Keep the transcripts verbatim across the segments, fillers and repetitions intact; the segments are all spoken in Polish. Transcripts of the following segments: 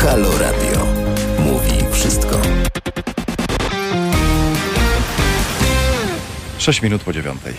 Halo Radio. Mówi wszystko. Sześć minut po dziewiątej.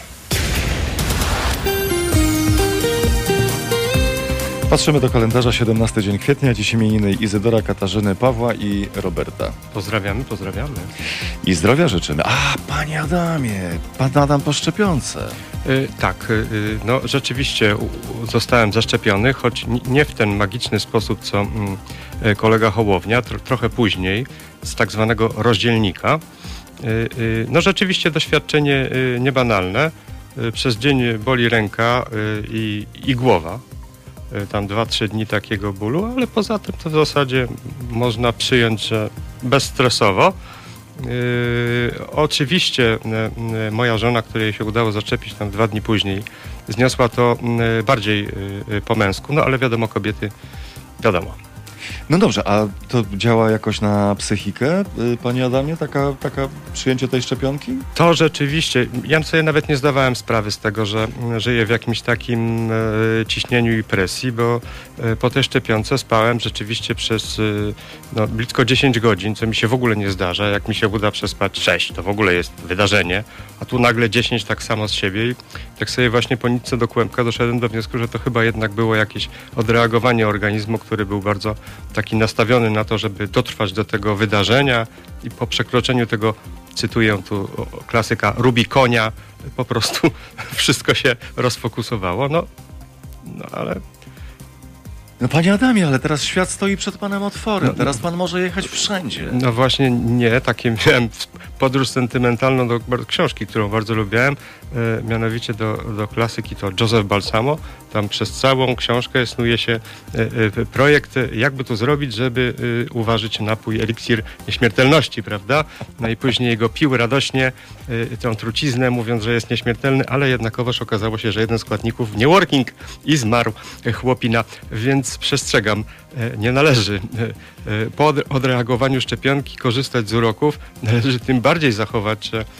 Patrzymy do kalendarza, siedemnasty dzień kwietnia, dziś imieniny Izydora, Katarzyny, Pawła i Roberta. Pozdrawiamy, pozdrawiamy. I zdrowia życzymy. A, panie Adamie, pan Adam po szczepionce. Yy, tak, yy, no rzeczywiście u, zostałem zaszczepiony, choć n- nie w ten magiczny sposób, co yy, kolega Hołownia, tro, trochę później, z tak zwanego rozdzielnika. Yy, yy, no rzeczywiście doświadczenie yy, niebanalne. Yy, przez dzień boli ręka yy, i, i głowa. Tam dwa, trzy dni takiego bólu, ale poza tym to w zasadzie można przyjąć, że bezstresowo. Yy, oczywiście yy, moja żona, której się udało zaczepić tam dwa dni później, zniosła to yy, bardziej yy, po męsku, no ale wiadomo, kobiety, wiadomo. No dobrze, a to działa jakoś na psychikę, y, panie Adamie, taka, taka przyjęcie tej szczepionki? To rzeczywiście, ja sobie nawet nie zdawałem sprawy z tego, że żyję w jakimś takim e, ciśnieniu i presji, bo e, po tej szczepionce spałem rzeczywiście przez e, no, blisko dziesięć godzin, co mi się w ogóle nie zdarza. Jak mi się uda przespać sześć, to w ogóle jest wydarzenie, a tu nagle dziesięć tak samo z siebie i tak sobie właśnie po nitce do kłębka doszedłem do wniosku, że to chyba jednak było jakieś odreagowanie organizmu, który był bardzo taki nastawiony na to, żeby dotrwać do tego wydarzenia i po przekroczeniu tego, cytuję tu klasyka, Rubikonia, po prostu wszystko się rozfokusowało. No, no ale... No panie Adamie, ale teraz świat stoi przed panem otworem, No, teraz pan może jechać wszędzie. No właśnie nie, takie miałem podróż sentymentalną do książki, którą bardzo lubiłem, e, mianowicie do, do klasyki, to Joseph Balsamo. Tam przez całą książkę snuje się e, e, projekt, jakby to zrobić, żeby e, uważać napój eliksir nieśmiertelności, prawda? No i później go pił radośnie, e, tę truciznę, mówiąc, że jest nieśmiertelny, ale jednakowoż okazało się, że jeden z składników nie working i zmarł e, chłopina, więc przestrzegam, e, nie należy e, e, po odreagowaniu szczepionki korzystać z uroków, należy tym bardziej zachować e, e,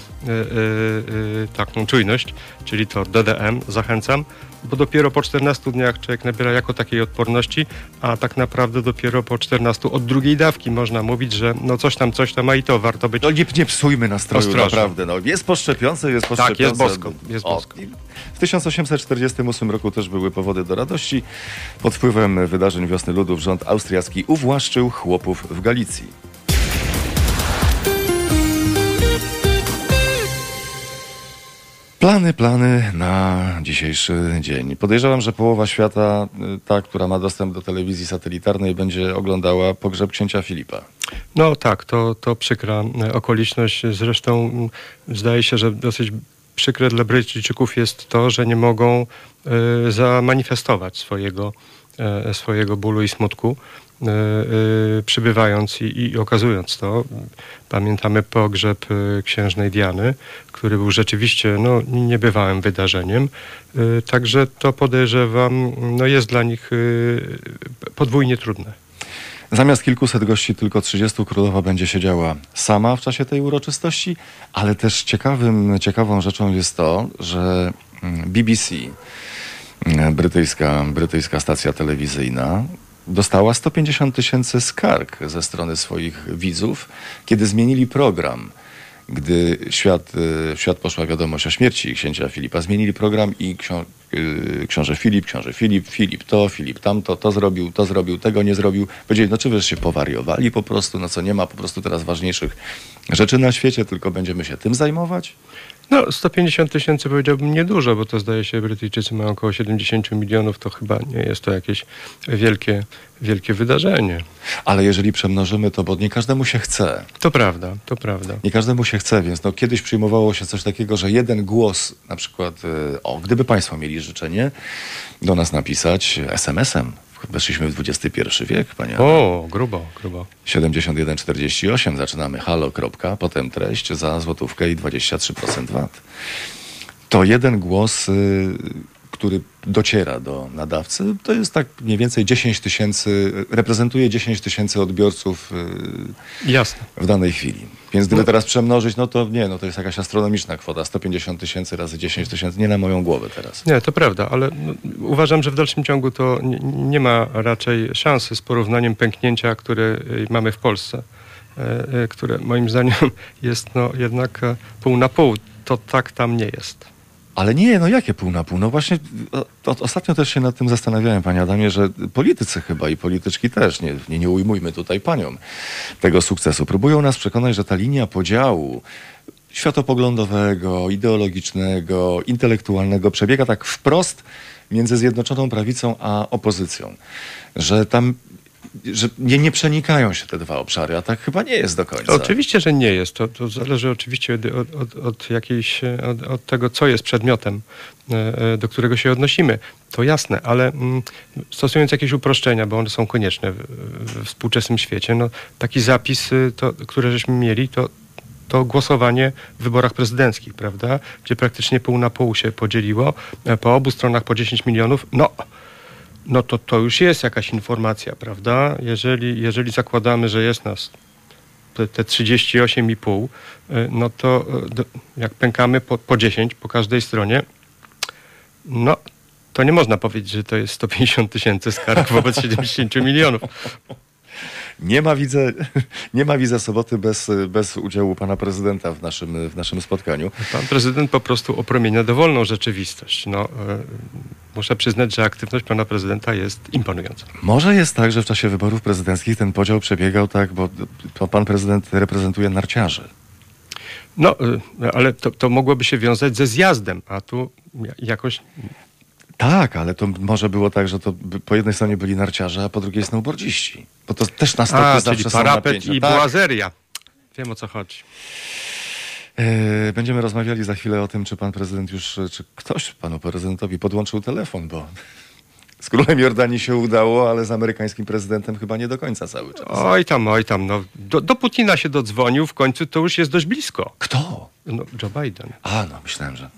e, taką czujność, czyli to D D M, zachęcam, bo dopiero po czternastu dniach człowiek nabiera jako takiej odporności, a tak naprawdę dopiero po czternastu od drugiej dawki można mówić, że no coś tam, coś tam, a i to warto być. No nie, nie psujmy nastroju, ostrożny. Naprawdę. No, jest po szczepionce, jest po Tak, szczepionce. jest bosko. Jest O, bosko. w tysiąc osiemset czterdziestym ósmym roku też były powody do radości. Pod wpływem wydarzeń Wiosny Ludów rząd austriacki uwłaszczył chłopów w Galicji. Plany, plany na dzisiejszy dzień. Podejrzewam, że połowa świata, ta, która ma dostęp do telewizji satelitarnej, będzie oglądała pogrzeb księcia Filipa. No tak, to, to przykra okoliczność. Zresztą zdaje się, że dosyć przykre dla Brytyjczyków jest to, że nie mogą y, zamanifestować swojego, y, swojego bólu i smutku. Y, y, przybywając i, i okazując to. Pamiętamy pogrzeb y, księżnej Diany, który był rzeczywiście no, niebywałym wydarzeniem. Y, także to podejrzewam, no, jest dla nich y, podwójnie trudne. Zamiast kilkuset gości tylko trzydziestu królowa będzie siedziała sama w czasie tej uroczystości, ale też ciekawym, ciekawą rzeczą jest to, że B B C, brytyjska, brytyjska stacja telewizyjna, dostała sto pięćdziesiąt tysięcy skarg ze strony swoich widzów, kiedy zmienili program. Gdy świat, w świat poszła wiadomość o śmierci księcia Filipa, zmienili program i ksią, książę Filip, książę Filip, Filip to, Filip tamto, to zrobił, to zrobił, tego nie zrobił. Powiedzieli, no czy wy się powariowali po prostu, no co, nie ma po prostu teraz ważniejszych rzeczy na świecie, tylko będziemy się tym zajmować? No, sto pięćdziesiąt tysięcy powiedziałbym niedużo, bo to zdaje się, Brytyjczycy mają około siedemdziesiąt milionów, to chyba nie jest to jakieś wielkie, wielkie wydarzenie. Ale jeżeli przemnożymy to, bo nie każdemu się chce. To prawda, to prawda. Nie każdemu się chce, więc no, kiedyś przyjmowało się coś takiego, że jeden głos, na przykład, o, gdyby państwo mieli życzenie, do nas napisać es em esem. Weszliśmy w dwudziesty pierwszy wiek, panie. O, grubo, grubo. siedemdziesiąt jeden czterdzieści osiem, zaczynamy halo, kropka, potem treść za złotówkę i dwadzieścia trzy procent V A T. To jeden głos, y, który dociera do nadawcy, to jest tak mniej więcej dziesięć tysięcy, reprezentuje dziesięć tysięcy odbiorców yy, Jasne. w danej chwili. Więc gdyby No. teraz przemnożyć, no to nie, no to jest jakaś astronomiczna kwota. sto pięćdziesiąt tysięcy razy dziesięć tysięcy, nie na moją głowę teraz. Nie, to prawda, ale no, uważam, że w dalszym ciągu to nie, nie ma raczej szansy z porównaniem pęknięcia, które y, mamy w Polsce, y, y, które moim zdaniem jest no, jednak y, pół na pół. To tak tam nie jest. Ale nie, no jakie pół na pół? No właśnie o, o, ostatnio też się nad tym zastanawiałem, panie Adamie, że politycy chyba i polityczki też, nie, nie, nie ujmujmy tutaj paniom tego sukcesu, próbują nas przekonać, że ta linia podziału światopoglądowego, ideologicznego, intelektualnego przebiega tak wprost między Zjednoczoną Prawicą a opozycją. Że tam że nie, nie przenikają się te dwa obszary, a tak chyba nie jest do końca. Oczywiście, że nie jest. To, to zależy oczywiście od, od, od, od, jakiejś, od, od tego, co jest przedmiotem, do którego się odnosimy. To jasne, ale mm, stosując jakieś uproszczenia, bo one są konieczne w, w współczesnym świecie, no, taki zapis, to, który żeśmy mieli, to to głosowanie w wyborach prezydenckich, prawda? Gdzie praktycznie pół na pół się podzieliło, po obu stronach po dziesięć milionów. No, no to to już jest jakaś informacja, prawda? Jeżeli, jeżeli zakładamy, że jest nas te, te trzydzieści osiem i pół, no to do, jak pękamy po, po dziesięć po każdej stronie, no to nie można powiedzieć, że to jest sto pięćdziesiąt tysięcy skarg wobec siedemdziesiąt milionów. Nie ma, widzę, nie ma widzę soboty bez, bez udziału pana prezydenta w naszym, w naszym spotkaniu. Pan prezydent po prostu opromienia dowolną rzeczywistość. No, y, muszę przyznać, że aktywność pana prezydenta jest imponująca. Może jest tak, że w czasie wyborów prezydenckich ten podział przebiegał tak, bo to pan prezydent reprezentuje narciarzy. No, y, ale to, to mogłoby się wiązać ze zjazdem, a tu jakoś... Tak, ale to może było tak, że to po jednej stronie byli narciarze, a po drugiej snowboardziści. Bo to też na stopie A, zawsze czyli są parapet napięcia. i Tak. błazeria. Wiem, o co chodzi. Yy, będziemy rozmawiali za chwilę o tym, czy pan prezydent już, czy ktoś panu prezydentowi podłączył telefon, bo z królem Jordanii się udało, ale z amerykańskim prezydentem chyba nie do końca cały czas. Oj tam, oj tam, no. Do, do Putina się dodzwonił, w końcu to już jest dość blisko. Kto? No, Joe Biden. A, no myślałem, że...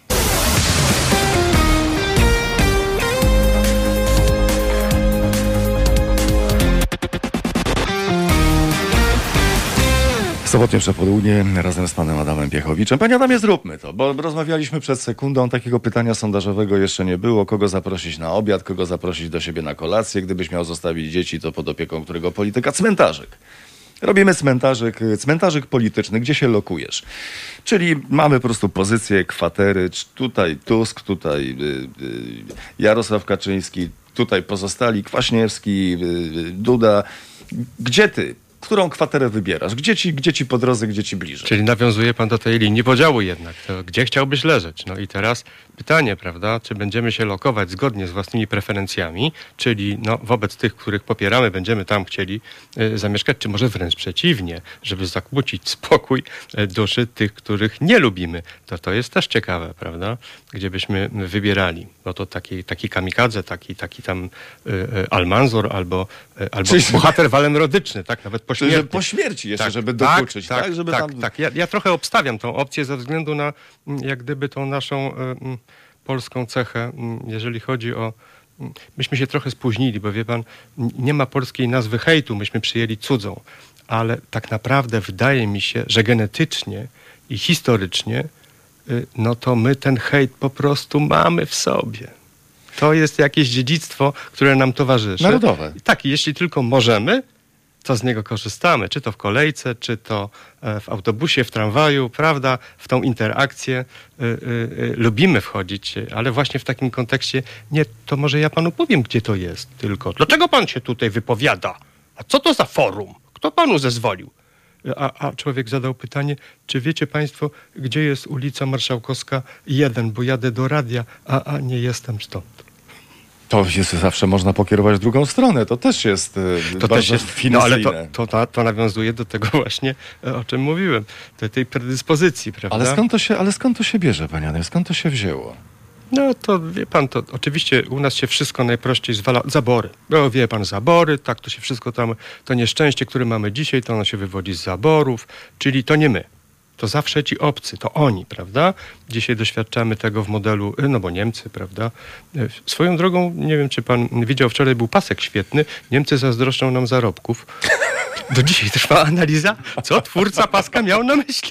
Sobotnie przepołudnie razem z panem Adamem Piechowiczem. Panie Adamie, zróbmy to, bo rozmawialiśmy przed sekundą, takiego pytania sondażowego jeszcze nie było. Kogo zaprosić na obiad, kogo zaprosić do siebie na kolację. Gdybyś miał zostawić dzieci, to pod opieką którego polityka? Cmentarzyk. Robimy cmentarzyk, cmentarzyk polityczny, gdzie się lokujesz. Czyli mamy po prostu pozycję, kwatery, tutaj Tusk, tutaj y, y, Jarosław Kaczyński, tutaj pozostali, Kwaśniewski, y, Duda. Gdzie ty? Którą kwaterę wybierasz? Gdzie ci, gdzie ci po drodze, gdzie ci bliżej? Czyli nawiązuje pan do tej linii podziału jednak. To gdzie chciałbyś leżeć? No i teraz pytanie, prawda? Czy będziemy się lokować zgodnie z własnymi preferencjami, czyli no, wobec tych, których popieramy, będziemy tam chcieli y, zamieszkać, czy może wręcz przeciwnie, żeby zakłócić spokój y, duszy tych, których nie lubimy. To to jest też ciekawe, prawda? Gdzie byśmy wybierali. No to taki, taki kamikadze, taki, taki tam y, y, Almanzor albo, y, albo Czyli- bohater walenrodyczny, tak? Nawet po Czyli, że śmierci. po śmierci jeszcze, Tak, żeby tak, dokuczyć, tak? tak, Żeby tak, tam... tak. Ja, ja trochę obstawiam tą opcję ze względu na mm, jak gdyby tą naszą y, mm, polską cechę, mm, jeżeli chodzi o... mm, Myśmy się trochę spóźnili, bo wie pan, n- nie ma polskiej nazwy hejtu, myśmy przyjęli cudzą, ale tak naprawdę wydaje mi się, że genetycznie i historycznie, y, no to my ten hejt po prostu mamy w sobie. To jest jakieś dziedzictwo, które nam towarzyszy. Narodowe. Tak, i jeśli tylko możemy, to z niego korzystamy, czy to w kolejce, czy to e, w autobusie, w tramwaju, prawda, w tą interakcję y, y, y, lubimy wchodzić, ale właśnie w takim kontekście, nie, to może ja panu powiem, gdzie to jest, tylko dlaczego pan się tutaj wypowiada? A co to za forum? Kto panu zezwolił? A, a człowiek zadał pytanie, czy wiecie państwo, gdzie jest ulica Marszałkowska jeden, bo jadę do radia, a, a nie jestem stąd. To jest, zawsze można pokierować w drugą stronę. To też jest y, To bardzo też jest, no ale to, finesyjne. to, to, to nawiązuje do tego właśnie, e, o czym mówiłem, do tej predyspozycji, prawda? Ale skąd to się, ale skąd to się bierze, panie Adamie? Skąd to się wzięło? No to wie pan, to oczywiście u nas się wszystko najprościej zwala, zabory. No wie pan, zabory, tak, to się wszystko tam, to nieszczęście, które mamy dzisiaj, to ono się wywodzi z zaborów, czyli to nie my. to zawsze ci obcy, to oni, prawda? Dzisiaj doświadczamy tego w modelu, no bo Niemcy, prawda? Swoją drogą, nie wiem, czy pan widział, wczoraj był pasek świetny, Niemcy zazdroszczą nam zarobków. Do dzisiaj trwa analiza, co twórca paska miał na myśli.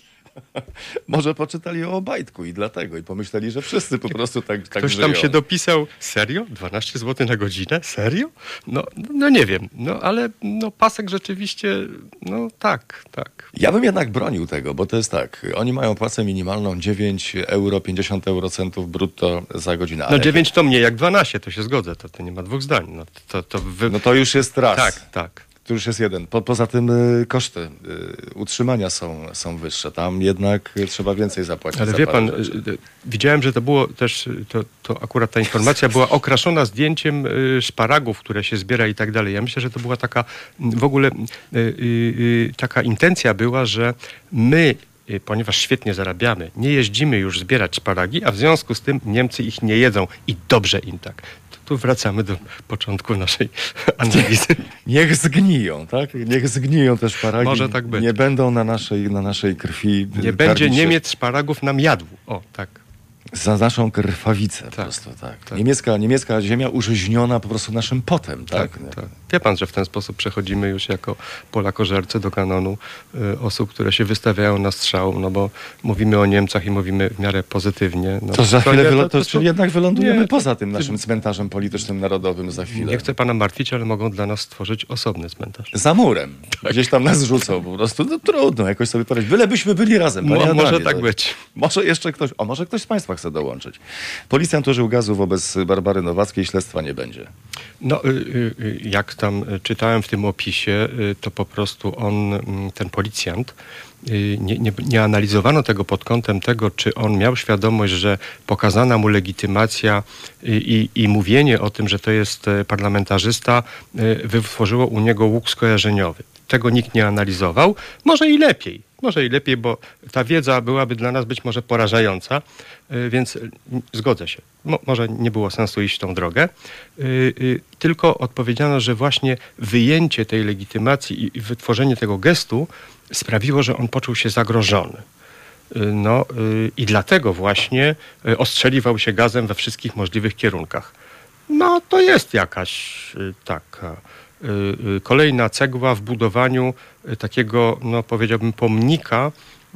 Może poczytali o Obajtku i dlatego, i pomyśleli, że wszyscy po prostu tak, tak Ktoś żyją. tam się dopisał, serio? dwanaście złotych na godzinę? Serio? No, no nie wiem, no ale no, pasek rzeczywiście, no tak, tak. Ja bym jednak bronił tego, bo to jest tak, oni mają płacę minimalną dziewięć euro, pięćdziesiąt eurocentów brutto za godzinę. No ale dziewięć to mniej jak dwanaście, to się zgodzę, to, to nie ma dwóch zdań. No to, to wy... No to już jest raz. Tak, tak. To już jest jeden. Po, poza tym y, koszty y, utrzymania są, są wyższe. Tam jednak y, trzeba więcej zapłacić. Ale za wie parę pan, rzeczy. y, y, widziałem, że to było też, y, to, to akurat ta informacja była okraszona zdjęciem y, szparagów, które się zbiera i tak dalej. Ja myślę, że to była taka w ogóle y, y, y, taka intencja była, że my, y, ponieważ świetnie zarabiamy, nie jeździmy już zbierać szparagi, a w związku z tym Niemcy ich nie jedzą i dobrze im tak. Tu wracamy do początku naszej analizy. Niech zgniją, tak? Niech zgniją te szparagi. Może tak być. Nie będą na naszej, na naszej krwi. Nie będzie się Niemiec szparagów nam jadł. O, tak. Za naszą krwawicę po Tak, prostu, tak. tak. Niemiecka, niemiecka ziemia użyźniona po prostu naszym potem, tak? Tak, tak. Wie pan, że w ten sposób przechodzimy już jako Polakożercy do kanonu y, osób, które się wystawiają na strzał, no bo mówimy o Niemcach i mówimy w miarę pozytywnie. No, To za chwilę, nie, wylo- to- to, to- czyli jednak wylądujemy nie, poza tym naszym cmentarzem politycznym, narodowym za chwilę. Nie chcę pana martwić, ale mogą dla nas stworzyć osobny cmentarz. Za murem. Gdzieś tam nas rzucą po prostu. No trudno jakoś sobie poradzić. Bylebyśmy byli razem. panie Mo- może Adamie, tak no. być. Może jeszcze ktoś, o może ktoś z państwa chce dołączyć. Policjant użył gazu wobec Barbary Nowackiej, śledztwa nie będzie. No, y, y, jak tam y, czytałem w tym opisie, y, to po prostu on, y, ten policjant, y, nie, nie, nie analizowano tego pod kątem tego, czy on miał świadomość, że pokazana mu legitymacja i, i, i mówienie o tym, że to jest y, parlamentarzysta, y, wytworzyło u niego łuk skojarzeniowy. Tego nikt nie analizował. Może i lepiej. Może i lepiej, bo ta wiedza byłaby dla nas być może porażająca, y, więc y, zgodzę się. Mo, może nie było sensu iść w tą drogę. Y, y, tylko odpowiedziano, że właśnie wyjęcie tej legitymacji i, i wytworzenie tego gestu sprawiło, że on poczuł się zagrożony. Y, no y, i dlatego właśnie y, ostrzeliwał się gazem we wszystkich możliwych kierunkach. No to jest jakaś y, taka y, y, kolejna cegła w budowaniu y, takiego, no powiedziałbym, pomnika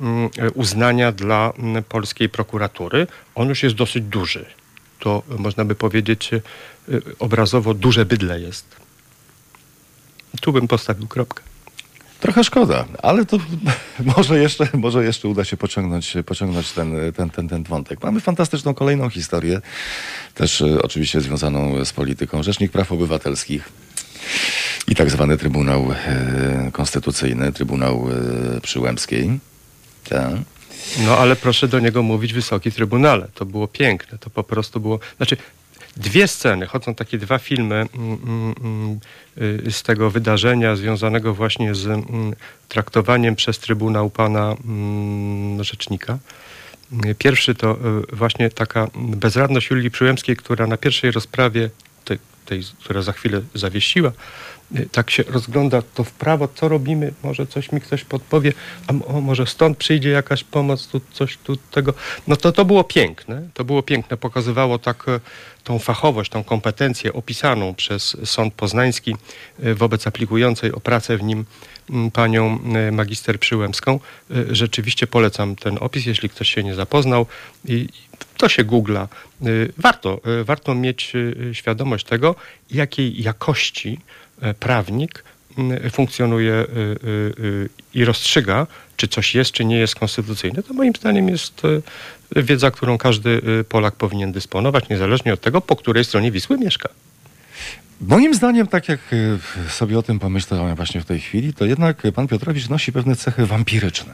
y, uznania dla y, polskiej prokuratury. On już jest dosyć duży. To można by powiedzieć y, obrazowo duże bydle jest. Tu bym postawił kropkę. Trochę szkoda, ale to może jeszcze, może jeszcze uda się pociągnąć, pociągnąć ten, ten, ten, ten wątek. Mamy fantastyczną kolejną historię, też e, oczywiście związaną z polityką. Rzecznik Praw Obywatelskich i tak zwany Trybunał e, Konstytucyjny, Trybunał e, przy Łębskiej. Tak. No ale proszę do niego mówić Wysoki Trybunale. To było piękne. To po prostu było... Znaczy, dwie sceny, chodzą takie dwa filmy mm, mm, y, z tego wydarzenia związanego właśnie z mm, traktowaniem przez Trybunał pana mm, rzecznika. Pierwszy to y, właśnie taka bezradność Julii Przyłębskiej, która na pierwszej rozprawie, tej, tej która za chwilę zawiesiła, y, tak się rozgląda to w prawo, co robimy, może coś mi ktoś podpowie, a o, może stąd przyjdzie jakaś pomoc, tu coś tu tego. No to to było piękne, to było piękne, pokazywało tak tą fachowość, tą kompetencję opisaną przez Sąd Poznański wobec aplikującej o pracę w nim panią magister Przyłębską. Rzeczywiście polecam ten opis, jeśli ktoś się nie zapoznał. I to się googla. Warto, warto mieć świadomość tego, jakiej jakości prawnik funkcjonuje i rozstrzyga, czy coś jest, czy nie jest konstytucyjne. To moim zdaniem jest wiedza, którą każdy Polak powinien dysponować, niezależnie od tego, po której stronie Wisły mieszka. Moim zdaniem, tak jak sobie o tym pomyślałem właśnie w tej chwili, to jednak pan Piotrowicz nosi pewne cechy wampiryczne.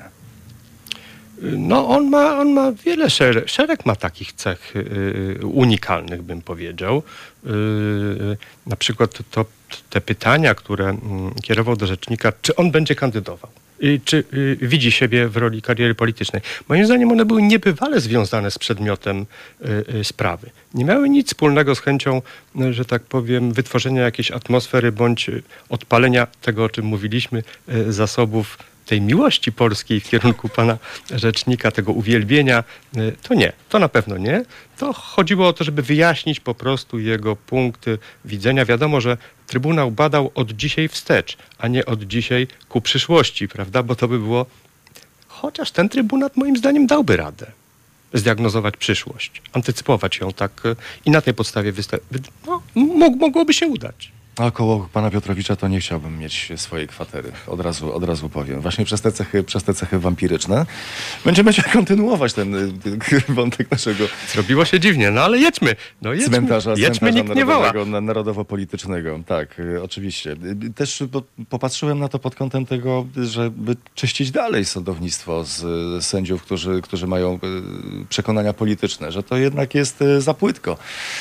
No on ma, on ma wiele szereg, szereg ma takich cech y, unikalnych, bym powiedział. Y, na przykład to, te pytania, które y, kierował do rzecznika, czy on będzie kandydował? I czy y, widzi siebie w roli kariery politycznej? Moim zdaniem one były niebywale związane z przedmiotem y, y, sprawy. Nie miały nic wspólnego z chęcią, y, że tak powiem, wytworzenia jakiejś atmosfery bądź y, odpalenia tego, o czym mówiliśmy, y, zasobów tej miłości polskiej w kierunku pana rzecznika, tego uwielbienia, to nie, to na pewno nie. To chodziło o to, żeby wyjaśnić po prostu jego punkty widzenia. Wiadomo, że Trybunał badał od dzisiaj wstecz, a nie od dzisiaj ku przyszłości, prawda? Bo to by było... Chociaż ten Trybunat moim zdaniem dałby radę zdiagnozować przyszłość, antycypować ją tak i na tej podstawie wysta- no, mog- mogłoby się udać. A koło pana Piotrowicza to nie chciałbym mieć swojej kwatery. Od razu, od razu powiem. Właśnie przez te cechy, przez te cechy wampiryczne. Będziemy chcieli kontynuować ten y, wątek naszego Zrobiło się dziwnie, no ale jedźmy. No jedźmy, cmentarza, jedźmy, cmentarza nikt nie woła. narodowego, na- narodowo-politycznego. Tak, y, oczywiście. Y, Też po, popatrzyłem na to pod kątem tego, żeby czyścić dalej sądownictwo z y, sędziów, którzy, którzy mają y, przekonania polityczne, że to jednak jest y, za płytko.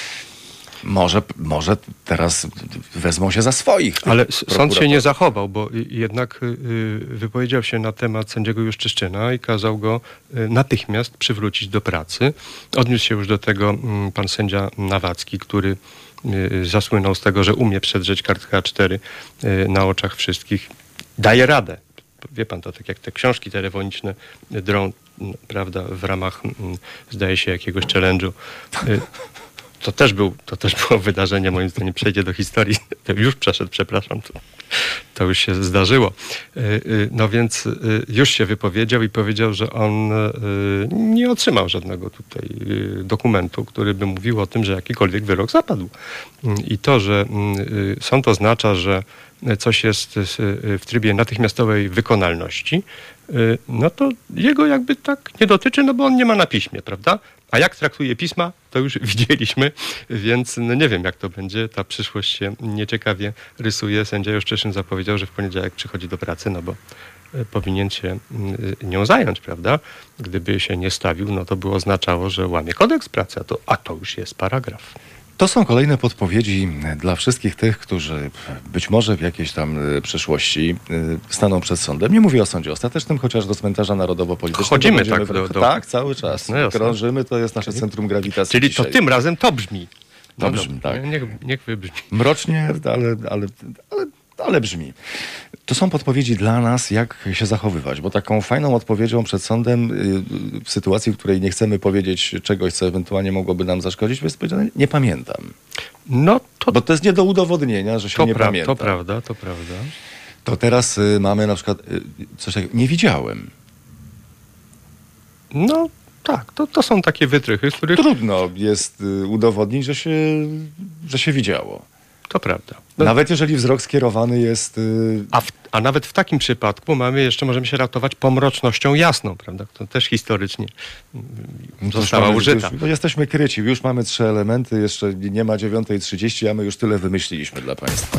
Może, może teraz wezmą się za swoich. tych Ale s- sąd się nie prokuratorów. zachował, bo y- jednak y, wypowiedział się na temat sędziego Juszczyszczyna i kazał go y, natychmiast przywrócić do pracy. Odniósł się już do tego mm, pan sędzia Nawacki, który y, zasłynął z tego, że umie przedrzeć kartkę A cztery y, na oczach wszystkich. Daje radę. Wie pan, to tak jak te książki telefoniczne drą, mm, prawda, w ramach, mm, zdaje się, jakiegoś challenge'u. Y, To też, był, to też było wydarzenie, moim zdaniem, przejdzie do historii. To już przeszedł, przepraszam, to, to już się zdarzyło. Y, y, No więc y, już się wypowiedział i powiedział, że on y, nie otrzymał żadnego tutaj y, dokumentu, który by mówił o tym, że jakikolwiek wyrok zapadł. Y, I to, że y, sąd oznacza, że coś jest y, w trybie natychmiastowej wykonalności, y, no to jego jakby tak nie dotyczy, no bo on nie ma na piśmie, prawda? A jak traktuje pisma, to już widzieliśmy, więc no nie wiem, jak to będzie. Ta przyszłość się nieciekawie rysuje. Sędzia Juszczyszyn zapowiedział, że w poniedziałek przychodzi do pracy, no bo y, powinien się y, nią zająć, prawda? Gdyby się nie stawił, no to by oznaczało, że łamie kodeks pracy, a to, a to już jest paragraf. To są kolejne podpowiedzi dla wszystkich tych, którzy być może w jakiejś tam y, przyszłości y, staną przed sądem. Nie mówię o sądzie ostatecznym, chociaż do cmentarza narodowo-politycznego Chodzimy będziemy tak do- wr- do- Tak, cały czas. Jasne, jasne. Krążymy, to jest nasze centrum grawitacji Czyli dzisiaj. to tym razem to brzmi. To brzmi, dobra, tak. Niech, niech wybrzmi. Mrocznie, ale, ale, ale, ale brzmi. To są podpowiedzi dla nas, jak się zachowywać, bo taką fajną odpowiedzią przed sądem y, w sytuacji, w której nie chcemy powiedzieć czegoś, co ewentualnie mogłoby nam zaszkodzić, jest powiedziane, nie pamiętam. No to, Bo to jest nie do udowodnienia, że się to, nie pra- pamięta. to prawda, to prawda. To teraz y, mamy na przykład y, coś takiego, nie widziałem. No tak, to, to są takie wytrychy, z których Trudno jest y, udowodnić, że się, że się widziało. to prawda. No, Nawet jeżeli wzrok skierowany jest... Y, a, w, a nawet w takim przypadku mamy jeszcze, możemy się ratować pomrocznością jasną, prawda? To też historycznie mm, to już została mamy- użyta. Już, bo jesteśmy kryci, już mamy trzy elementy, jeszcze nie ma dziewiątej trzydzieści, a my już tyle wymyśliliśmy dla państwa.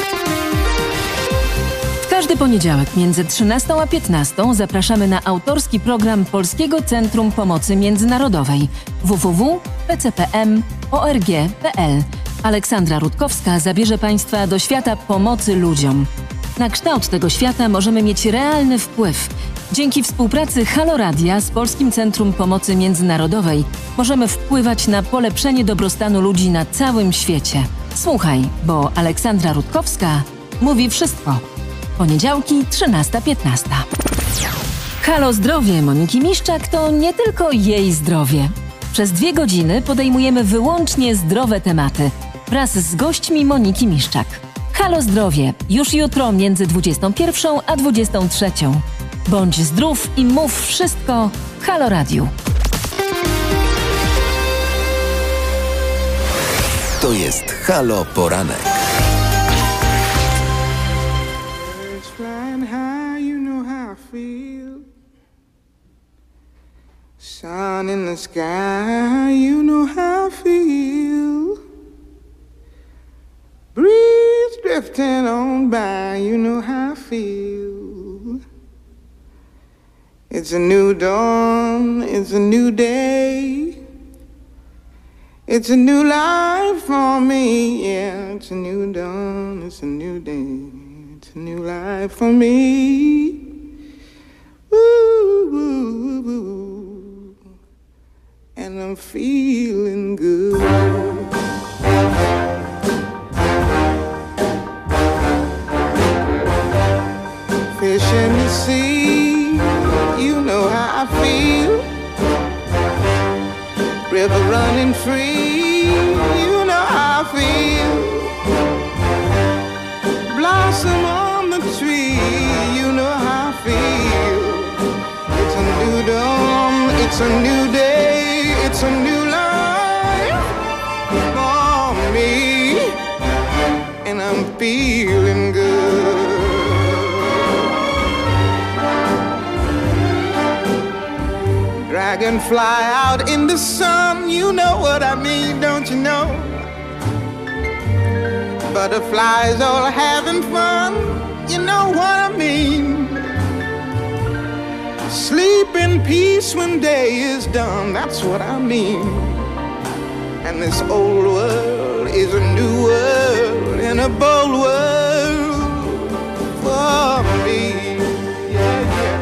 W każdy poniedziałek między trzynastą a piętnastą zapraszamy na autorski program Polskiego Centrum Pomocy Międzynarodowej w w w kropka p c p m kropka org kropka p l. Aleksandra Rutkowska zabierze Państwa do świata pomocy ludziom. Na kształt tego świata możemy mieć realny wpływ. Dzięki współpracy Halo Radia z Polskim Centrum Pomocy Międzynarodowej możemy wpływać na polepszenie dobrostanu ludzi na całym świecie. Słuchaj, bo Aleksandra Rutkowska mówi wszystko. Poniedziałki, trzynasta piętnasta. Halo Zdrowie Moniki Miszczak to nie tylko jej zdrowie. Przez dwie godziny podejmujemy wyłącznie zdrowe tematy wraz z gośćmi Moniki Miszczak. Halo Zdrowie już jutro między dwudziestą pierwszą a dwudziestą trzecią. Bądź zdrów i mów wszystko w Halo Radiu. To jest Halo Poranek. Birds flying high, you know how I feel. Sun in the sky, you know how I feel. Breeze drifting on by, you know how I feel. It's a new dawn, it's a new day. It's a new life for me, yeah. It's a new dawn, it's a new day. It's a new life for me. Ooh, ooh, ooh. And I'm feeling good. Fish in the sea. river running free, you know how I feel. Blossom on the tree, you know how I feel. It's a new dawn, it's a new day, it's a new life for me, and I'm feeling good. Dragonfly out in the sun, you know what I mean, don't you know? Butterflies all having fun, you know what I mean. Sleep in peace when day is done, that's what I mean. And this old world is a new world and a bold world for me. Yeah, yeah.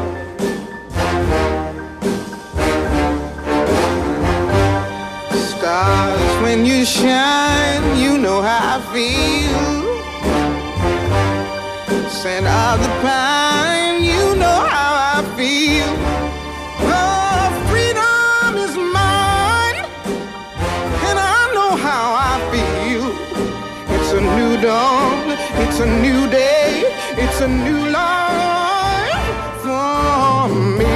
Stars, when you shine, you know how I feel. Scent of the pine, you know how I feel. Oh, freedom is mine, and I know how I feel. It's a new dawn, it's a new day, it's a new life for me.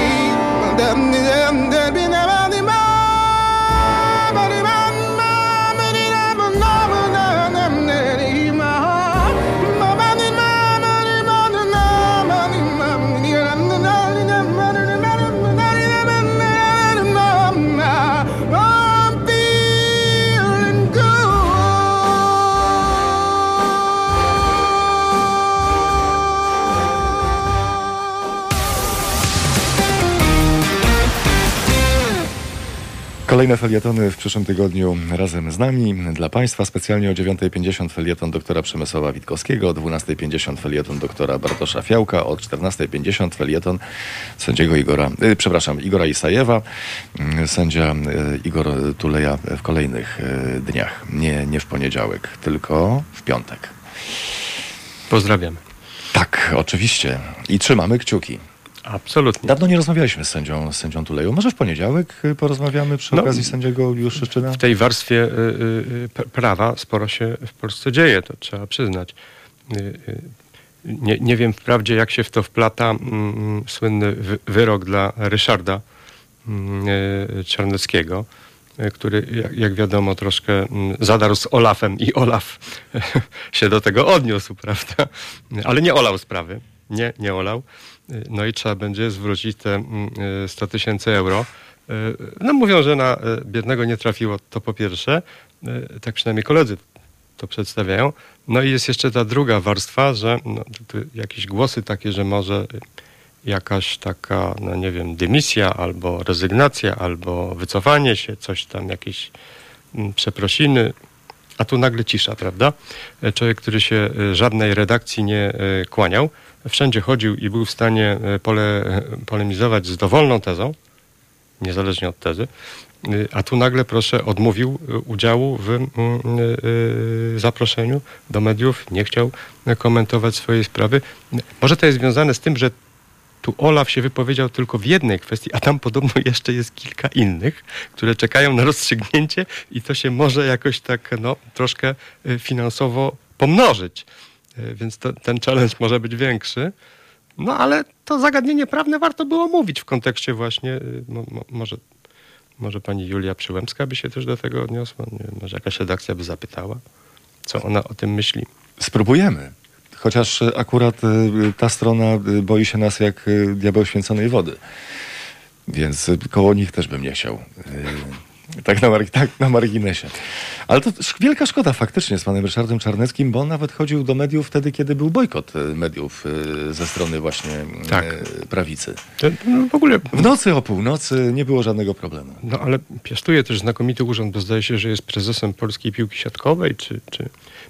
Kolejne felietony w przyszłym tygodniu razem z nami. Dla Państwa specjalnie o dziewiątej pięćdziesiąt felieton doktora Przemysława Witkowskiego, o dwunastej pięćdziesiąt felieton doktora Bartosza Fiałka, o czternastej pięćdziesiąt felieton sędziego Igora, y, przepraszam, Igora Isajewa, y, sędzia y, Igor Tuleja w kolejnych y, dniach. Nie, nie w poniedziałek, tylko w piątek. Pozdrawiamy. Tak, oczywiście. I trzymamy kciuki. Absolutnie. Dawno nie rozmawialiśmy z sędzią, z sędzią Tuleją. Może w poniedziałek porozmawiamy przy No, okazji sędziego Juliusza Szczyna? W tej warstwie y, y, prawa sporo się w Polsce dzieje, to trzeba przyznać. Y, y, nie, nie wiem wprawdzie, jak się w to wplata y, słynny wy, wyrok dla Ryszarda y, Czarneckiego, y, który, jak, jak wiadomo, troszkę y, zadarł z Olafem i Olaf się do tego odniósł, prawda? Ale nie olał sprawy. Nie, nie olał. No i trzeba będzie zwrócić te sto tysięcy euro. No mówią, że na biednego nie trafiło, to po pierwsze. Tak przynajmniej koledzy to przedstawiają. No i jest jeszcze ta druga warstwa, że no, jakieś głosy takie, że może jakaś taka, no nie wiem, dymisja albo rezygnacja, albo wycofanie się, coś tam, jakieś przeprosiny. A tu nagle cisza, prawda? Człowiek, który się żadnej redakcji nie kłaniał, wszędzie chodził i był w stanie pole, polemizować z dowolną tezą, niezależnie od tezy, a tu nagle, proszę, odmówił udziału w zaproszeniu do mediów, nie chciał komentować swojej sprawy. Może to jest związane z tym, że tu Olaf się wypowiedział tylko w jednej kwestii, a tam podobno jeszcze jest kilka innych, które czekają na rozstrzygnięcie i to się może jakoś tak no, troszkę finansowo pomnożyć. Więc to, ten challenge może być większy. No ale to zagadnienie prawne warto było mówić w kontekście właśnie, mo, mo, może, może pani Julia Przyłębska by się też do tego odniosła, nie wiem, może jakaś redakcja by zapytała, co ona o tym myśli. Spróbujemy. Chociaż akurat ta strona boi się nas jak diabeł święconej wody. Więc koło nich też bym nie chciał. Tak na, mar- tak na marginesie. Ale to wielka szkoda faktycznie z panem Ryszardem Czarneckim, bo on nawet chodził do mediów wtedy, kiedy był bojkot mediów ze strony właśnie tak. prawicy. To, no w ogóle... W nocy o północy nie było żadnego problemu. No ale piastuje też znakomity urząd, bo zdaje się, że jest prezesem Polskiej Piłki Siatkowej, czy, czy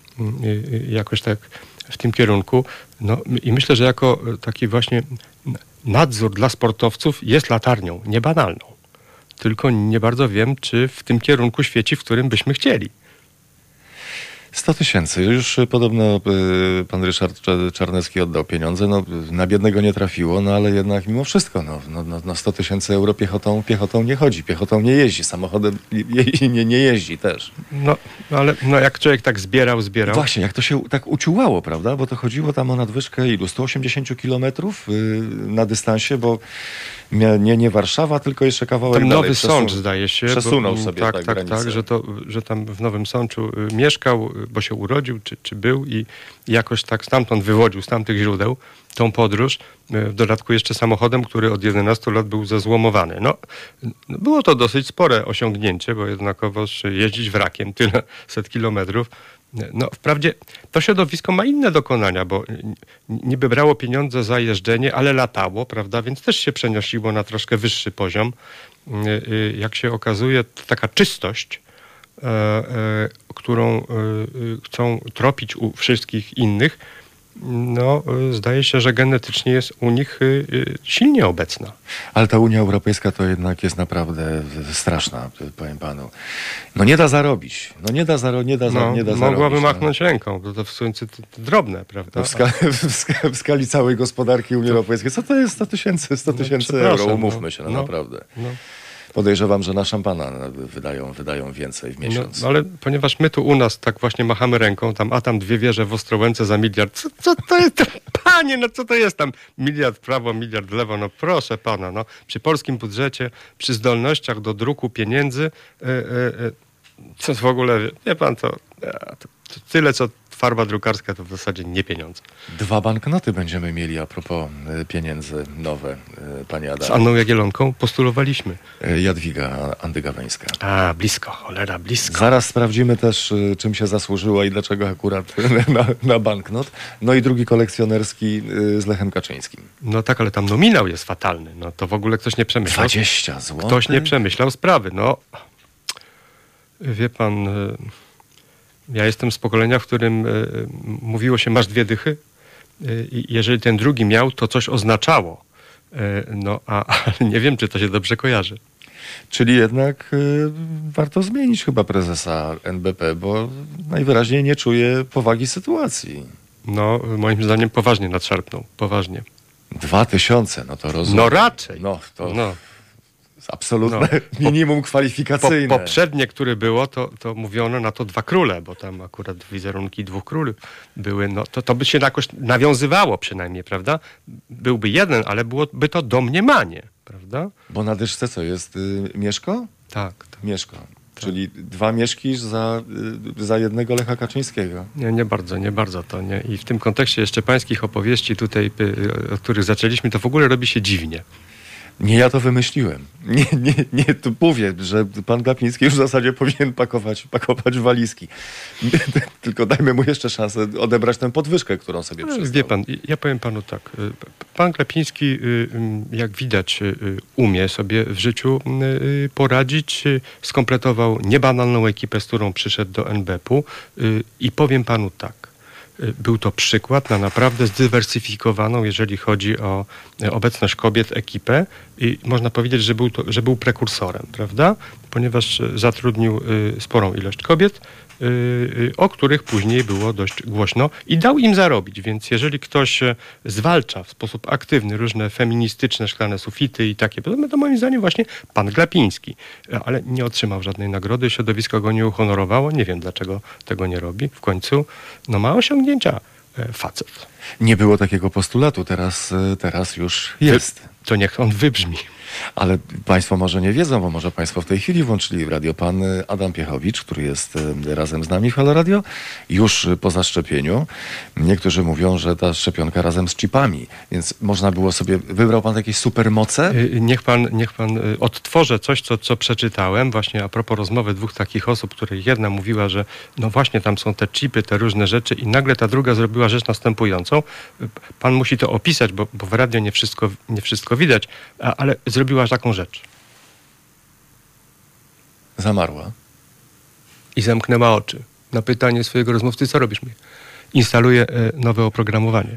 jakoś tak w tym kierunku. No i myślę, że jako taki właśnie nadzór dla sportowców jest latarnią, niebanalną. Tylko nie bardzo wiem, czy w tym kierunku świeci, w którym byśmy chcieli. sto tysięcy. Już y, podobno y, pan Ryszard Czarnecki oddał pieniądze. No, na biednego nie trafiło, no ale jednak mimo wszystko no, no, no, no sto tysięcy euro piechotą, piechotą nie chodzi, piechotą nie jeździ, samochodem je, nie, nie jeździ też. No, ale no, jak człowiek tak zbierał, zbierał. Właśnie, jak to się tak uciułało, prawda? Bo to chodziło tam o nadwyżkę ilu? sto osiemdziesiąt kilometrów y, na dystansie, bo nie, nie Warszawa, tylko jeszcze kawałek tam dalej. Nowy Przesu- Sącz, zdaje się. Przesunął bo, sobie tak, tak, tak, granicę. tak, że, to, że tam w Nowym Sączu y, mieszkał, y, bo się urodził, czy, czy był i jakoś tak stamtąd wywodził, z tamtych źródeł tą podróż, y, w dodatku jeszcze samochodem, który od jedenastu lat był zezłomowany. No, było to dosyć spore osiągnięcie, bo jednakowoż jeździć wrakiem tyle set kilometrów. No, wprawdzie to środowisko ma inne dokonania, bo niby brało pieniądze za jeżdżenie, ale latało, prawda, więc też się przenosiło na troszkę wyższy poziom. Jak się okazuje, taka czystość, e, e, którą e, chcą tropić u wszystkich innych, no, zdaje się, że genetycznie jest u nich silnie obecna. Ale ta Unia Europejska to jednak jest naprawdę straszna, powiem panu. No nie da zarobić. No nie da, zaro- nie da, za- No, nie da mogłaby zarobić. machnąć ręką, to, to w sumie to, to drobne, prawda? No w, ska- w, ska- w skali całej gospodarki Unii Europejskiej. Co to jest sto tysięcy sto tysięcy No, euro? przepraszam, Umówmy no. się, no, No. naprawdę. No. Podejrzewam, że na szampana wydają, wydają więcej w miesiąc. No, ale ponieważ my tu u nas tak właśnie machamy ręką, tam a tam dwie wieże w Ostrołęce za miliard. Co, co to jest? To, panie, no co to jest tam? Miliard w prawo, miliard w lewo. No proszę pana, no. Przy polskim budżecie, przy zdolnościach do druku pieniędzy, yy, yy, co w ogóle, wie pan, to, to, to tyle, co farba drukarska, to w zasadzie nie pieniądze. Dwa banknoty będziemy mieli a propos y, pieniędzy nowe, y, panie Z Adamie. Anną Jagielonką postulowaliśmy. Y, Jadwiga Andygaweńska. A, blisko, cholera, blisko. Zaraz sprawdzimy też, y, czym się zasłużyła i dlaczego akurat na, na banknot. No i drugi kolekcjonerski y, z Lechem Kaczyńskim. No tak, ale tam nominał jest fatalny. No to w ogóle ktoś nie przemyślał. dwadzieścia złotych? Ktoś nie przemyślał sprawy. No, wie pan, y, ja jestem z pokolenia, w którym y, mówiło się, masz dwie dychy y, i jeżeli ten drugi miał, to coś oznaczało. Y, no, a ale nie wiem, czy to się dobrze kojarzy. Czyli jednak y, warto zmienić chyba prezesa N B P, bo najwyraźniej nie czuje powagi sytuacji. No, moim zdaniem poważnie nadszarpnął. Poważnie. Dwa tysiące, no to rozumiem. No raczej. No to No. absolutne minimum Po, kwalifikacyjne. poprzednie, które było, to, to mówiono na to dwa króle, bo tam akurat wizerunki dwóch króli były. No, to, to by się jakoś nawiązywało przynajmniej, prawda? Byłby jeden, ale byłoby to domniemanie, prawda? Bo na dyszce co jest? Y, Mieszko? Tak. tak. Mieszko. Czyli dwa Mieszki za, y, za jednego Lecha Kaczyńskiego. Nie, nie bardzo, nie bardzo to nie. I w tym kontekście jeszcze pańskich opowieści tutaj, y, od których zaczęliśmy, to w ogóle robi się dziwnie. Nie ja to wymyśliłem. Nie, nie, nie, tu mówię, że pan Glapiński już w zasadzie powinien pakować, pakować walizki. Tylko dajmy mu jeszcze szansę odebrać tę podwyżkę, którą sobie przyznał. Wie pan, ja powiem panu tak. Pan Glapiński, jak widać, umie sobie w życiu poradzić. Skompletował niebanalną ekipę, z którą przyszedł do N B P-u i powiem panu tak. Był to przykład na naprawdę zdywersyfikowaną, jeżeli chodzi o obecność kobiet, ekipę i można powiedzieć, że był, to, że był prekursorem, prawda? Ponieważ zatrudnił y, sporą ilość kobiet, y, y, o których później było dość głośno i dał im zarobić, więc jeżeli ktoś zwalcza w sposób aktywny różne feministyczne szklane sufity i takie, to moim zdaniem właśnie pan Glapiński, ale nie otrzymał żadnej nagrody, środowisko go nie uhonorowało, nie wiem dlaczego tego nie robi, w końcu no ma osiągnięcia facet. Nie było takiego postulatu, teraz, teraz już jest. To niech on wybrzmi. Ale państwo może nie wiedzą, bo może państwo w tej chwili włączyli w radio pan Adam Piechowicz, który jest razem z nami w Halo Radio, już po zaszczepieniu. Niektórzy mówią, że ta szczepionka razem z chipami, więc można było sobie, wybrał pan jakieś supermoce? Niech pan, niech pan odtworzę coś, co, co przeczytałem, właśnie a propos rozmowy dwóch takich osób, której jedna mówiła, że no właśnie tam są te chipy, te różne rzeczy i nagle ta druga zrobiła rzecz następującą. Pan musi to opisać, bo, bo w radio nie wszystko, nie wszystko widać, a, ale zrobiła taką rzecz. Zamarła. I zamknęła oczy. Na pytanie swojego rozmówcy, co robisz mi? Instaluję e, nowe oprogramowanie.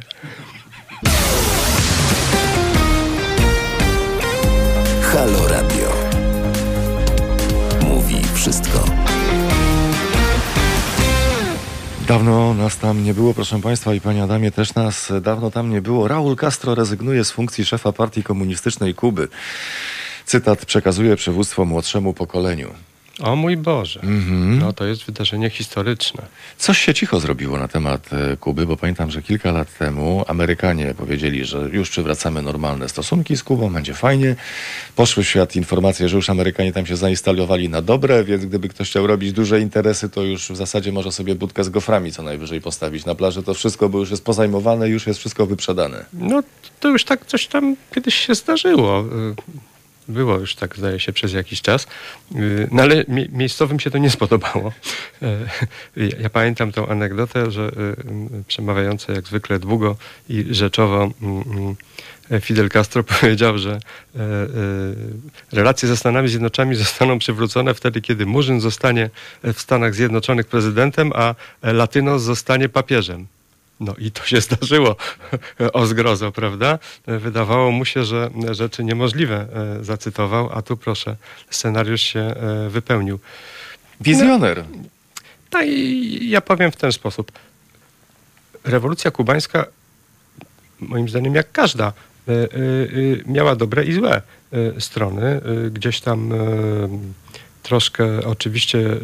Halo Radio. Mówi wszystko. Dawno nas tam nie było, proszę Państwa, i Panie Adamie, też nas dawno tam nie było. Raúl Castro rezygnuje z funkcji szefa Partii Komunistycznej Kuby. Cytat: przekazuje przywództwo młodszemu pokoleniu. O mój Boże, Mhm. no to jest wydarzenie historyczne. Coś się cicho zrobiło na temat e, Kuby, bo pamiętam, że kilka lat temu Amerykanie powiedzieli, że już przywracamy normalne stosunki z Kubą, będzie fajnie. Poszły w świat informacje, że już Amerykanie tam się zainstalowali na dobre, więc gdyby ktoś chciał robić duże interesy, to już w zasadzie może sobie budkę z goframi co najwyżej postawić na plaży. To wszystko, bo już jest pozajmowane, już jest wszystko wyprzedane. No to już tak coś tam kiedyś się zdarzyło. Było już tak, zdaje się, przez jakiś czas. No ale mi- miejscowym się to nie spodobało. Ja, ja pamiętam tą anegdotę, że y, przemawiający jak zwykle długo i rzeczowo y, y, Fidel Castro powiedział, że y, y, relacje ze Stanami Zjednoczonymi zostaną przywrócone wtedy, kiedy Murzyn zostanie w Stanach Zjednoczonych prezydentem, a Latynos zostanie papieżem. No i to się zdarzyło, o zgrozo, prawda? Wydawało mu się, że rzeczy niemożliwe e, zacytował, a tu proszę, scenariusz się e, wypełnił. Wizjoner. No i ja powiem w ten sposób. Rewolucja kubańska, moim zdaniem jak każda, e, e, e, miała dobre i złe e, strony. E, gdzieś tam e, troszkę oczywiście e,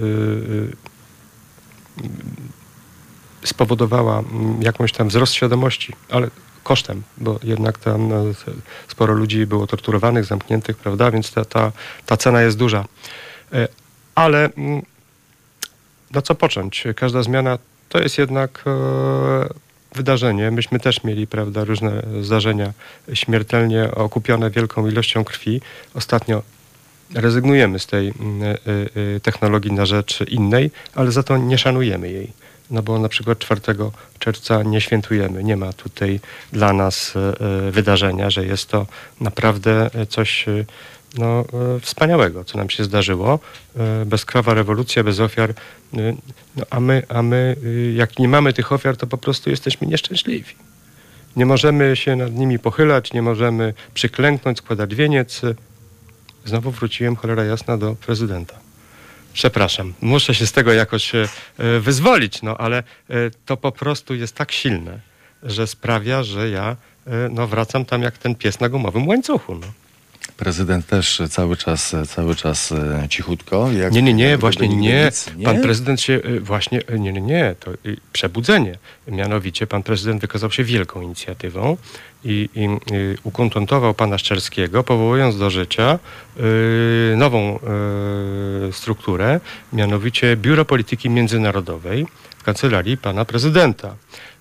e, spowodowała mm, jakąś tam wzrost świadomości, ale kosztem, bo jednak tam no, sporo ludzi było torturowanych, zamkniętych, prawda, więc ta, ta, ta cena jest duża. E, Ale mm, no co począć? Każda zmiana to jest jednak e, wydarzenie. Myśmy też mieli, prawda, różne zdarzenia śmiertelnie okupione wielką ilością krwi. Ostatnio rezygnujemy z tej y, y, y, technologii na rzecz innej, ale za to nie szanujemy jej. No bo na przykład czwartego czerwca nie świętujemy. Nie ma tutaj dla nas y, wydarzenia, że jest to naprawdę coś y, no, y, wspaniałego, co nam się zdarzyło. Y, bezkrwawa rewolucja, bez ofiar. Y, no, a my, a my y, jak nie mamy tych ofiar, to po prostu jesteśmy nieszczęśliwi. Nie możemy się nad nimi pochylać, nie możemy przyklęknąć, składać wieniec. Znowu wróciłem, cholera jasna, do prezydenta. Przepraszam, muszę się z tego jakoś e, wyzwolić, no ale e, to po prostu jest tak silne, że sprawia, że ja e, no, wracam tam jak ten pies na gumowym łańcuchu. No. Prezydent też cały czas, cały czas e, cichutko. Jak Nie, nie, nie, jak właśnie gdyby nie. nic, nie. Pan prezydent się e, właśnie, e, nie, nie, nie, to e, przebudzenie. Mianowicie pan prezydent wykazał się wielką inicjatywą i, i e, ukontentował pana Szczerskiego, powołując do życia e, nową e, strukturę, mianowicie Biuro Polityki Międzynarodowej w kancelarii pana prezydenta.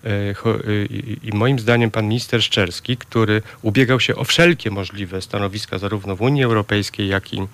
I moim zdaniem pan minister Szczerski, który ubiegał się o wszelkie możliwe stanowiska zarówno w Unii Europejskiej, jak i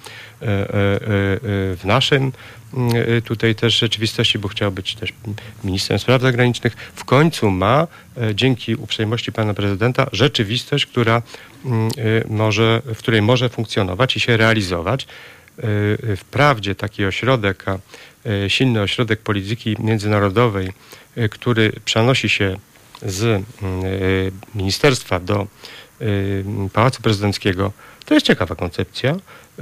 w naszym tutaj też rzeczywistości, bo chciał być też ministrem spraw zagranicznych, w końcu ma dzięki uprzejmości pana prezydenta rzeczywistość, która może, w której może funkcjonować i się realizować. Wprawdzie taki ośrodek, a silny ośrodek polityki międzynarodowej, który przenosi się z ministerstwa do Pałacu Prezydenckiego, to jest ciekawa koncepcja.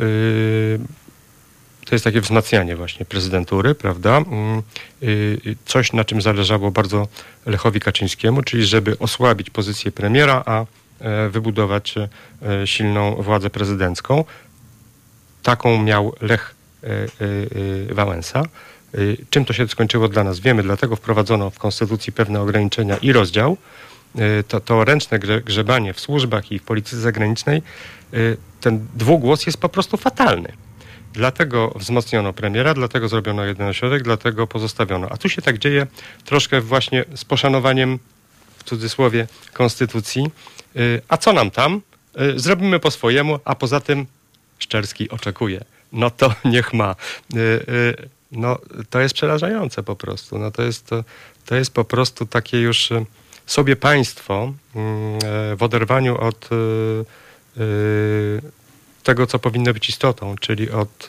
To jest takie wzmacnianie właśnie prezydentury, prawda? Coś, na czym zależało bardzo Lechowi Kaczyńskiemu, czyli żeby osłabić pozycję premiera, a wybudować silną władzę prezydencką. Taką miał Lech Wałęsa. Czym to się skończyło dla nas? Wiemy, dlatego wprowadzono w Konstytucji pewne ograniczenia i rozdział. To, to ręczne grzebanie w służbach i w polityce zagranicznej, ten dwugłos jest po prostu fatalny. Dlatego wzmocniono premiera, dlatego zrobiono jeden ośrodek, dlatego pozostawiono. A tu się tak dzieje troszkę właśnie z poszanowaniem, w cudzysłowie, Konstytucji. A co nam tam? Zrobimy po swojemu, a poza tym Szczerski oczekuje. No to niech ma. No to jest przerażające po prostu. No to jest, to, to jest po prostu takie już sobie państwo w oderwaniu od tego, co powinno być istotą, czyli od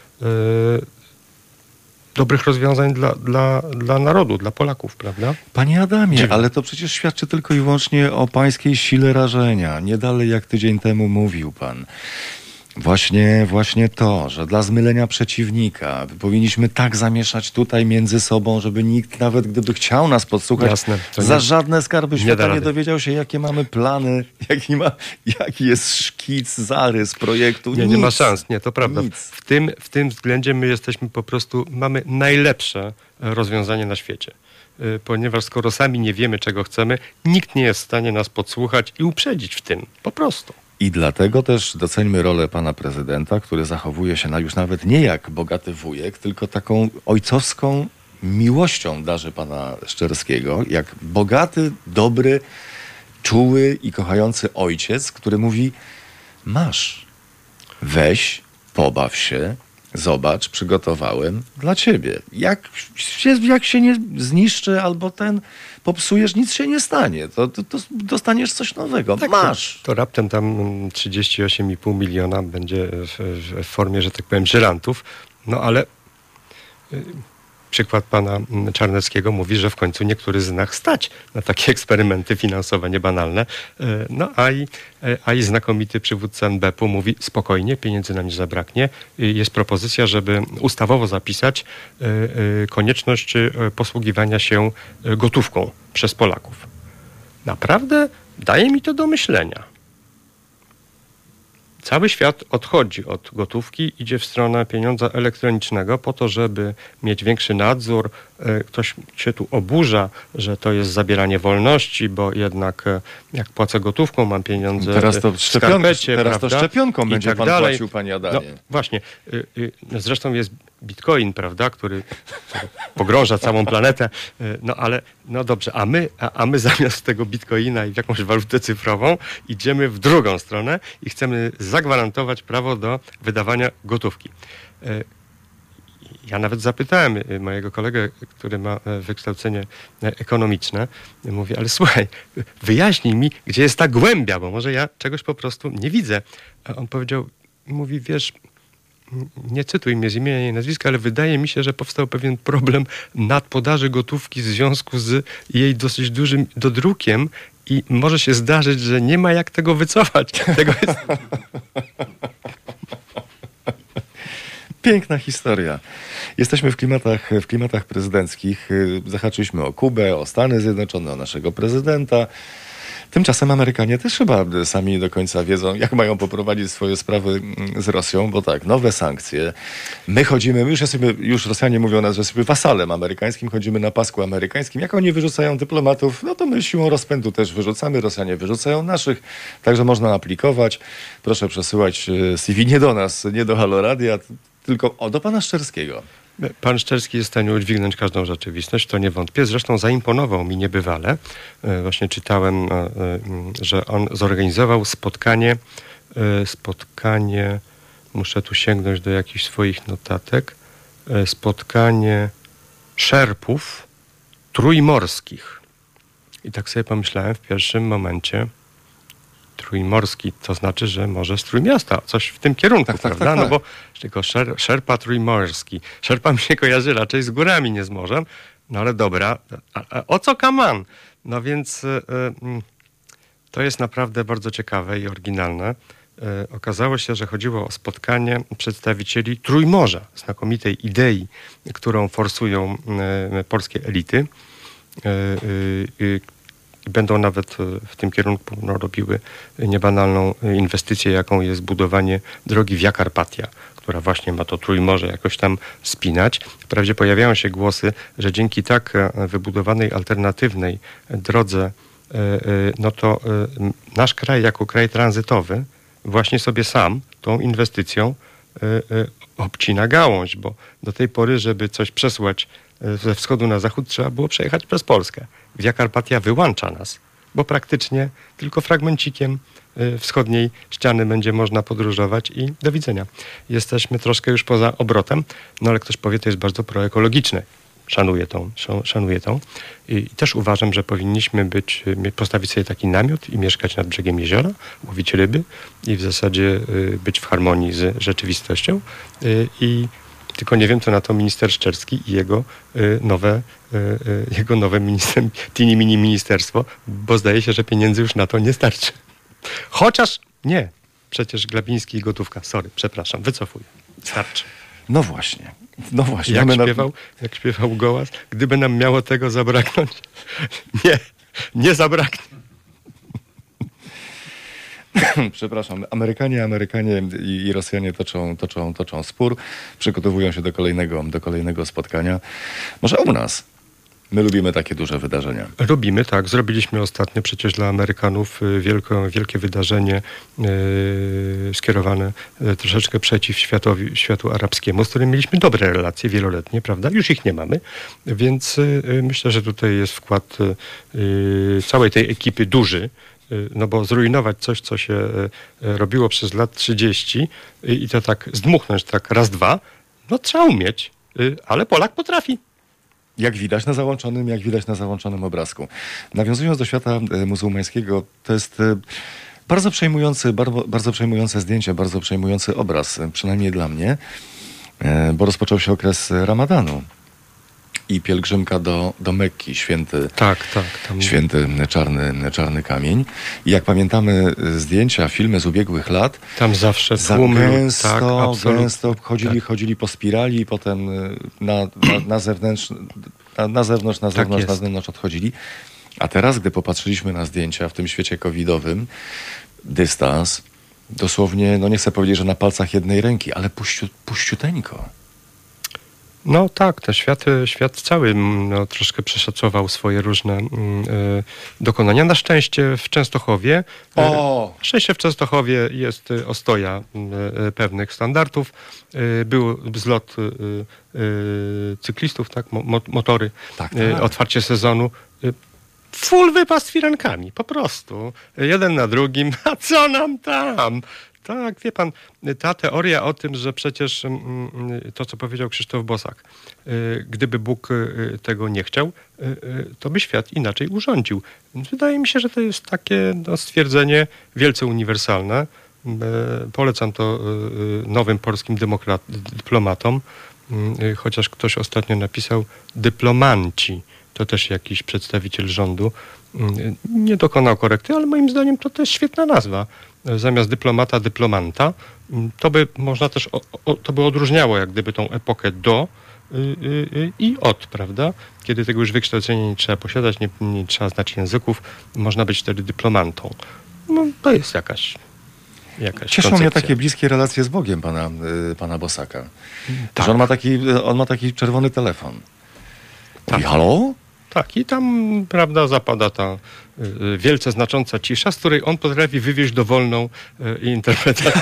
dobrych rozwiązań dla, dla, dla narodu, dla Polaków, prawda? Panie Adamie, Dziwne. ale to przecież świadczy tylko i wyłącznie o pańskiej sile rażenia. Nie dalej jak tydzień temu mówił pan. Właśnie, właśnie to, że dla zmylenia przeciwnika powinniśmy tak zamieszać tutaj między sobą, żeby nikt, nawet gdyby chciał nas podsłuchać, Jasne, za nie, żadne skarby nie świata da nie, rady. dowiedział się, jakie mamy plany, jaki, ma, jaki jest szkic, zarys projektu. Nie, Nic. nie ma szans, nie, to prawda. Nic. W tym, w tym względzie my jesteśmy po prostu, mamy najlepsze rozwiązanie na świecie. Y, Ponieważ skoro sami nie wiemy, czego chcemy, nikt nie jest w stanie nas podsłuchać i uprzedzić w tym. Po prostu. I dlatego też doceńmy rolę pana prezydenta, który zachowuje się na już nawet nie jak bogaty wujek, tylko taką ojcowską miłością darzy pana Szczerskiego, jak bogaty, dobry, czuły i kochający ojciec, który mówi: masz, weź, pobaw się, zobacz, przygotowałem dla ciebie. Jak się, jak się nie zniszczy albo ten popsujesz, nic się nie stanie. To, to, to dostaniesz coś nowego. Masz. To, to raptem tam mm, trzydzieści osiem i pół miliona będzie w, w, w formie, że tak powiem, żyrantów. No ale y, przykład pana mm, Czarneckiego mówi, że w końcu niektórych z nas stać na takie eksperymenty finansowe niebanalne. Y, no a i, y, a i znakomity przywódca N B P u mówi: spokojnie, pieniędzy nam nie zabraknie. Y, jest propozycja, żeby ustawowo zapisać y, y, konieczność y, posługiwania się y, gotówką przez Polaków. Naprawdę daje mi to do myślenia. Cały świat odchodzi od gotówki, idzie w stronę pieniądza elektronicznego po to, żeby mieć większy nadzór. Ktoś się tu oburza, że to jest zabieranie wolności, bo jednak jak płacę gotówką, mam pieniądze Teraz to, w szczepion- skarpecie, teraz to prawda? szczepionką I będzie tak pan dalej. płacił, panie Adamie. No, właśnie. Y, y, Zresztą jest Bitcoin, prawda, który pogrąża całą planetę. Y, No ale, no dobrze, a my, a, a my zamiast tego Bitcoina i w jakąś walutę cyfrową idziemy w drugą stronę i chcemy zagwarantować prawo do wydawania gotówki. Y, Ja nawet zapytałem y, mojego kolegę, który ma e, wykształcenie e, ekonomiczne. Y, Mówię: ale słuchaj, wyjaśnij mi, gdzie jest ta głębia, bo może ja czegoś po prostu nie widzę. A on powiedział, mówi: wiesz, m, nie cytuj mnie z imienia i nazwiska, ale wydaje mi się, że powstał pewien problem nadpodaży gotówki w związku z jej dosyć dużym dodrukiem i może się zdarzyć, że nie ma jak tego wycofać. Tego jest... Piękna historia. Jesteśmy w klimatach, w klimatach prezydenckich. Zahaczyliśmy o Kubę, o Stany Zjednoczone, o naszego prezydenta. Tymczasem Amerykanie też chyba sami nie do końca wiedzą, jak mają poprowadzić swoje sprawy z Rosją, bo tak, nowe sankcje. My chodzimy, my już, jesteśmy, już Rosjanie mówią o nas, że jesteśmy wasalem amerykańskim, chodzimy na pasku amerykańskim. Jak oni wyrzucają dyplomatów, no to my siłą rozpędu też wyrzucamy, Rosjanie wyrzucają naszych, także można aplikować. Proszę przesyłać C V nie do nas, nie do Halo Radia, tylko o, do pana Szczerskiego. Pan Szczerski jest w stanie udźwignąć każdą rzeczywistość, to nie wątpię. Zresztą zaimponował mi niebywale. Właśnie czytałem, że on zorganizował spotkanie, spotkanie, muszę tu sięgnąć do jakichś swoich notatek, spotkanie szerpów trójmorskich. I tak sobie pomyślałem w pierwszym momencie, trójmorski, to znaczy, że może z Trójmiasta, coś w tym kierunku, tak, prawda? tak, tak, No tak. bo tylko szer, szerpa trójmorski. Szerpa mi się kojarzy raczej z górami, nie z morzem. No ale dobra, a, a o co kaman? No więc y, y, to jest naprawdę bardzo ciekawe i oryginalne. Y, okazało się, że chodziło o spotkanie przedstawicieli Trójmorza, znakomitej idei, którą forsują y, polskie elity. Y, y, y, I będą nawet w tym kierunku no, robiły niebanalną inwestycję, jaką jest budowanie drogi Via Carpatia, która właśnie ma to Trójmorze jakoś tam spinać. Wprawdzie pojawiają się głosy, że dzięki tak wybudowanej alternatywnej drodze, no to nasz kraj jako kraj tranzytowy właśnie sobie sam tą inwestycją obcina gałąź, bo do tej pory, żeby coś przesłać ze wschodu na zachód, trzeba było przejechać przez Polskę. Via Carpatia wyłącza nas, bo praktycznie tylko fragmencikiem wschodniej ściany będzie można podróżować i do widzenia. Jesteśmy troszkę już poza obrotem, no ale ktoś powie, to jest bardzo proekologiczne. Szanuję tą, szanuję tą. I też uważam, że powinniśmy być, postawić sobie taki namiot i mieszkać nad brzegiem jeziora, łowić ryby i w zasadzie być w harmonii z rzeczywistością. I tylko nie wiem, co na to minister Szczerski i jego y, nowe, y, y, jego nowe minister, tini mini ministerstwo, bo zdaje się, że pieniędzy już na to nie starczy. Chociaż nie. przecież Glapiński i Gotówka. Sorry, przepraszam, wycofuję. Starczy. No właśnie. No właśnie. Jak Mamy śpiewał, na... jak śpiewał Gołas, gdyby nam miało tego zabraknąć, nie, nie zabraknie. Przepraszam, Amerykanie, Amerykanie i, i Rosjanie toczą, toczą, toczą spór, przygotowują się do kolejnego, do kolejnego spotkania. Może u nas. My lubimy takie duże wydarzenia. Lubimy, tak. Zrobiliśmy ostatnio przecież dla Amerykanów wielko, wielkie wydarzenie yy, skierowane yy, troszeczkę przeciw światowi, światu arabskiemu, z którym mieliśmy dobre relacje wieloletnie, prawda? Już ich nie mamy, więc yy, myślę, że tutaj jest wkład yy, całej tej ekipy duży. No bo zrujnować coś, co się robiło przez lat trzydzieści i to tak zdmuchnąć tak raz, dwa, no trzeba umieć, ale Polak potrafi. Jak widać na załączonym, jak widać na załączonym obrazku. Nawiązując do świata muzułmańskiego, to jest bardzo przejmujący, bardzo, bardzo przejmujące zdjęcie, bardzo przejmujący obraz, przynajmniej dla mnie, bo rozpoczął się okres Ramadanu. I pielgrzymka do, do Mekki, święty, tak, tak, tam... święty czarny, czarny kamień. I jak pamiętamy zdjęcia, filmy z ubiegłych lat, tam zawsze za tłumy, gęsto, tak, gęsto chodzili, tak. chodzili po spirali i potem na, na, na zewnątrz, na, na zewnątrz, na zewnątrz, tak na zewnątrz odchodzili. A teraz, gdy popatrzyliśmy na zdjęcia w tym świecie covidowym, dystans, dosłownie, no nie chcę powiedzieć, że na palcach jednej ręki, ale puściu, puściuteńko. No tak, ten świat, świat cały no, troszkę przeszacował swoje różne y, dokonania. Na szczęście w Częstochowie, O! na szczęście w Częstochowie jest ostoja y, pewnych standardów. Y, był zlot y, y, cyklistów, tak, mo, motory, Tak, y, tak. otwarcie sezonu. Y, full wypas firankami, po prostu. Jeden na drugim, a co nam tam? Tak, wie pan, ta teoria o tym, że przecież to, co powiedział Krzysztof Bosak, gdyby Bóg tego nie chciał, to by świat inaczej urządził. Wydaje mi się, że to jest takie no, stwierdzenie wielce uniwersalne. Polecam to nowym polskim demokrat, dyplomatom, chociaż ktoś ostatnio napisał dyplomanci. To też jakiś przedstawiciel rządu nie dokonał korekty, ale moim zdaniem to też świetna nazwa. Zamiast dyplomata, dyplomanta. To by można też, o, o, to by odróżniało jak gdyby tą epokę do y, y, i od, prawda? Kiedy tego już wykształcenia nie trzeba posiadać, nie, nie trzeba znać języków, można być wtedy dyplomantą. No, to jest jakaś jakaś Cieszą koncepcja. mnie takie bliskie relacje z Bogiem pana, y, pana Bosaka. Tak. Że on ma taki, on ma taki czerwony telefon. Mówi, Tak. halo? Tak, i tam, prawda, zapada ta y, wielce znacząca cisza, z której on potrafi wywieźć dowolną y, interpretację.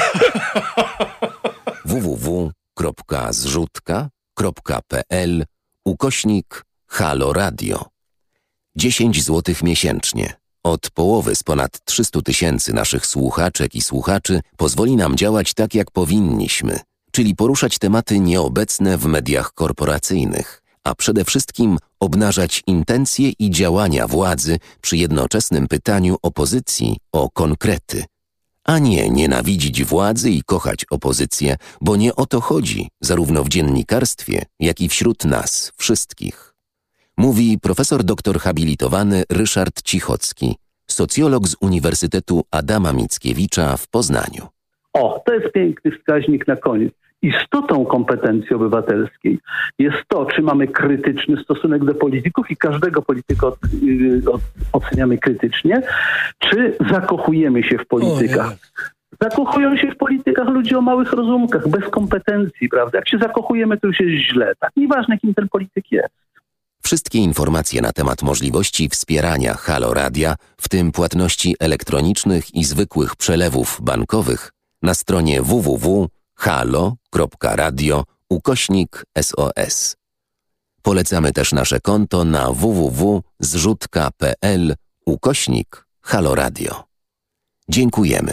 www kropka zrzutka kropka pl ukośnik Halo Radio. dziesięć złotych miesięcznie. Od połowy z ponad trzystu tysięcy naszych słuchaczek i słuchaczy pozwoli nam działać tak, jak powinniśmy, czyli poruszać tematy nieobecne w mediach korporacyjnych, a przede wszystkim obnażać intencje i działania władzy przy jednoczesnym pytaniu opozycji o konkrety. A nie nienawidzić władzy i kochać opozycję, bo nie o to chodzi, zarówno w dziennikarstwie, jak i wśród nas wszystkich. Mówi profesor doktor habilitowany Ryszard Cichocki, socjolog z Uniwersytetu Adama Mickiewicza w Poznaniu. O, to jest piękny wskaźnik na koniec. Istotą kompetencji obywatelskiej jest to, czy mamy krytyczny stosunek do polityków i każdego polityka od, od, oceniamy krytycznie, czy zakochujemy się w politykach. Zakochują się w politykach ludzie o małych rozumkach, bez kompetencji, prawda? Jak się zakochujemy, to już jest źle. Tak, nieważne, kim ten polityk jest. Wszystkie informacje na temat możliwości wspierania Halo Radia, w tym płatności elektronicznych i zwykłych przelewów bankowych, na stronie www kropka halo kropka radio ukośnik S O S. Polecamy też nasze konto na www kropka zrzutka kropka pl ukośnik Halo Radio. Dziękujemy.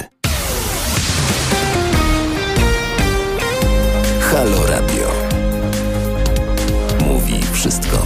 Halo Radio. Mówi wszystko.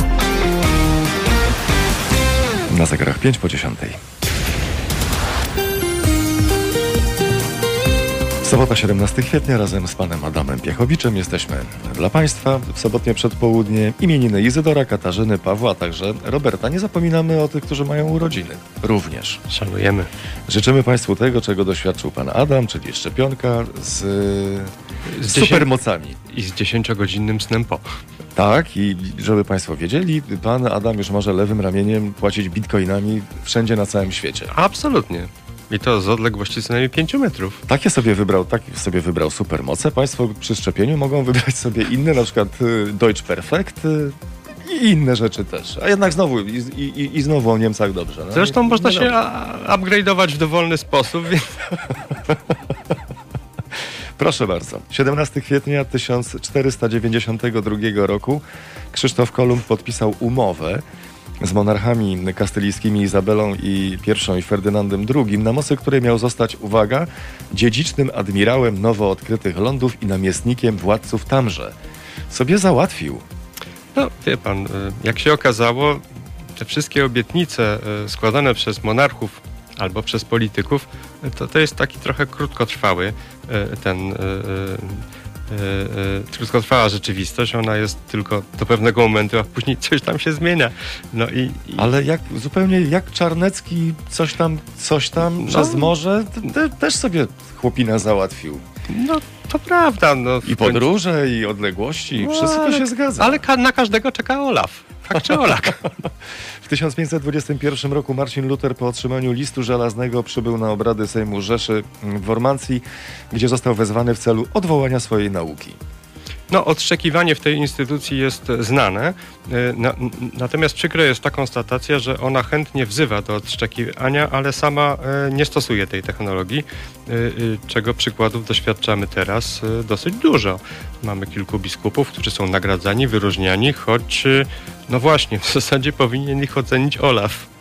Na zegarach pięć po dziesiątej. Sobota, siedemnastego kwietnia, razem z panem Adamem Piechowiczem jesteśmy dla państwa w sobotnie przedpołudnie. Imieniny Izydora, Katarzyny, Pawła, a także Roberta. Nie zapominamy o tych, którzy mają urodziny. Również. Szanujemy. Życzymy państwu tego, czego doświadczył pan Adam, czyli szczepionka z, z supermocami. I z dziesięciogodzinnym snem po. Tak, i żeby państwo wiedzieli, pan Adam już może lewym ramieniem płacić bitcoinami wszędzie na całym świecie. Absolutnie. I to z odległości co najmniej pięciu metrów. Takie sobie wybrał, takie sobie wybrał supermoce. Państwo przy szczepieniu mogą wybrać sobie inne, na przykład y, Deutsch Perfekt y, i inne rzeczy też. A jednak znowu, i, i, i znowu o Niemcach dobrze. No? Zresztą nie, można nie się upgrade'ować w dowolny sposób. Więc... Proszę bardzo. siedemnastego kwietnia tysiąc czterysta dziewięćdziesiątego drugiego roku Krzysztof Kolumb podpisał umowę z monarchami kastylijskimi Izabelą i pierwszą i Ferdynandem drugim, na mocy której miał zostać, uwaga, dziedzicznym admirałem nowo odkrytych lądów i namiestnikiem władców tamże. Sobie załatwił. No, wie pan, jak się okazało, te wszystkie obietnice składane przez monarchów albo przez polityków, to, to jest taki trochę krótkotrwały ten... Yy, krótkotrwała rzeczywistość, ona jest tylko do pewnego momentu, a później coś tam się zmienia. No i, i... Ale jak zupełnie jak Czarnecki coś tam, coś tam no. przez morze te, też sobie chłopina załatwił. No to prawda. No, I podróże, końcu... i odległości, no, wszystko ale, się zgadza. Ale ka- na każdego czeka Olaf. Tak czy olak. W tysiąc pięćset dwudziestym pierwszym roku Marcin Luther po otrzymaniu listu żelaznego przybył na obrady Sejmu Rzeszy w Wormancji, gdzie został wezwany w celu odwołania swojej nauki. No, odszczekiwanie w tej instytucji jest znane, na, natomiast przykra jest ta konstatacja, że ona chętnie wzywa do odszczekiwania, ale sama nie stosuje tej technologii, czego przykładów doświadczamy teraz dosyć dużo. Mamy kilku biskupów, którzy są nagradzani, wyróżniani, choć no właśnie, w zasadzie powinien ich ocenić Olaf.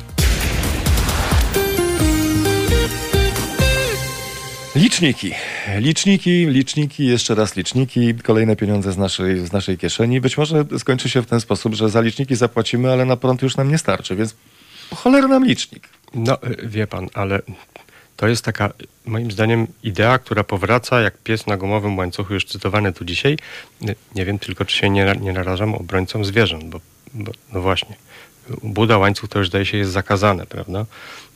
Liczniki. Liczniki, liczniki, jeszcze raz liczniki, kolejne pieniądze z naszej, z naszej kieszeni. Być może skończy się w ten sposób, że za liczniki zapłacimy, ale na prąd już nam nie starczy, więc choler nam licznik. No, wie pan, ale to jest taka, moim zdaniem, idea, która powraca jak pies na gumowym łańcuchu, już cytowany tu dzisiaj. Nie wiem tylko, czy się nie, nie narażam obrońcom zwierząt, bo, bo no właśnie, Buda łańcuch to już zdaje się jest zakazane, prawda?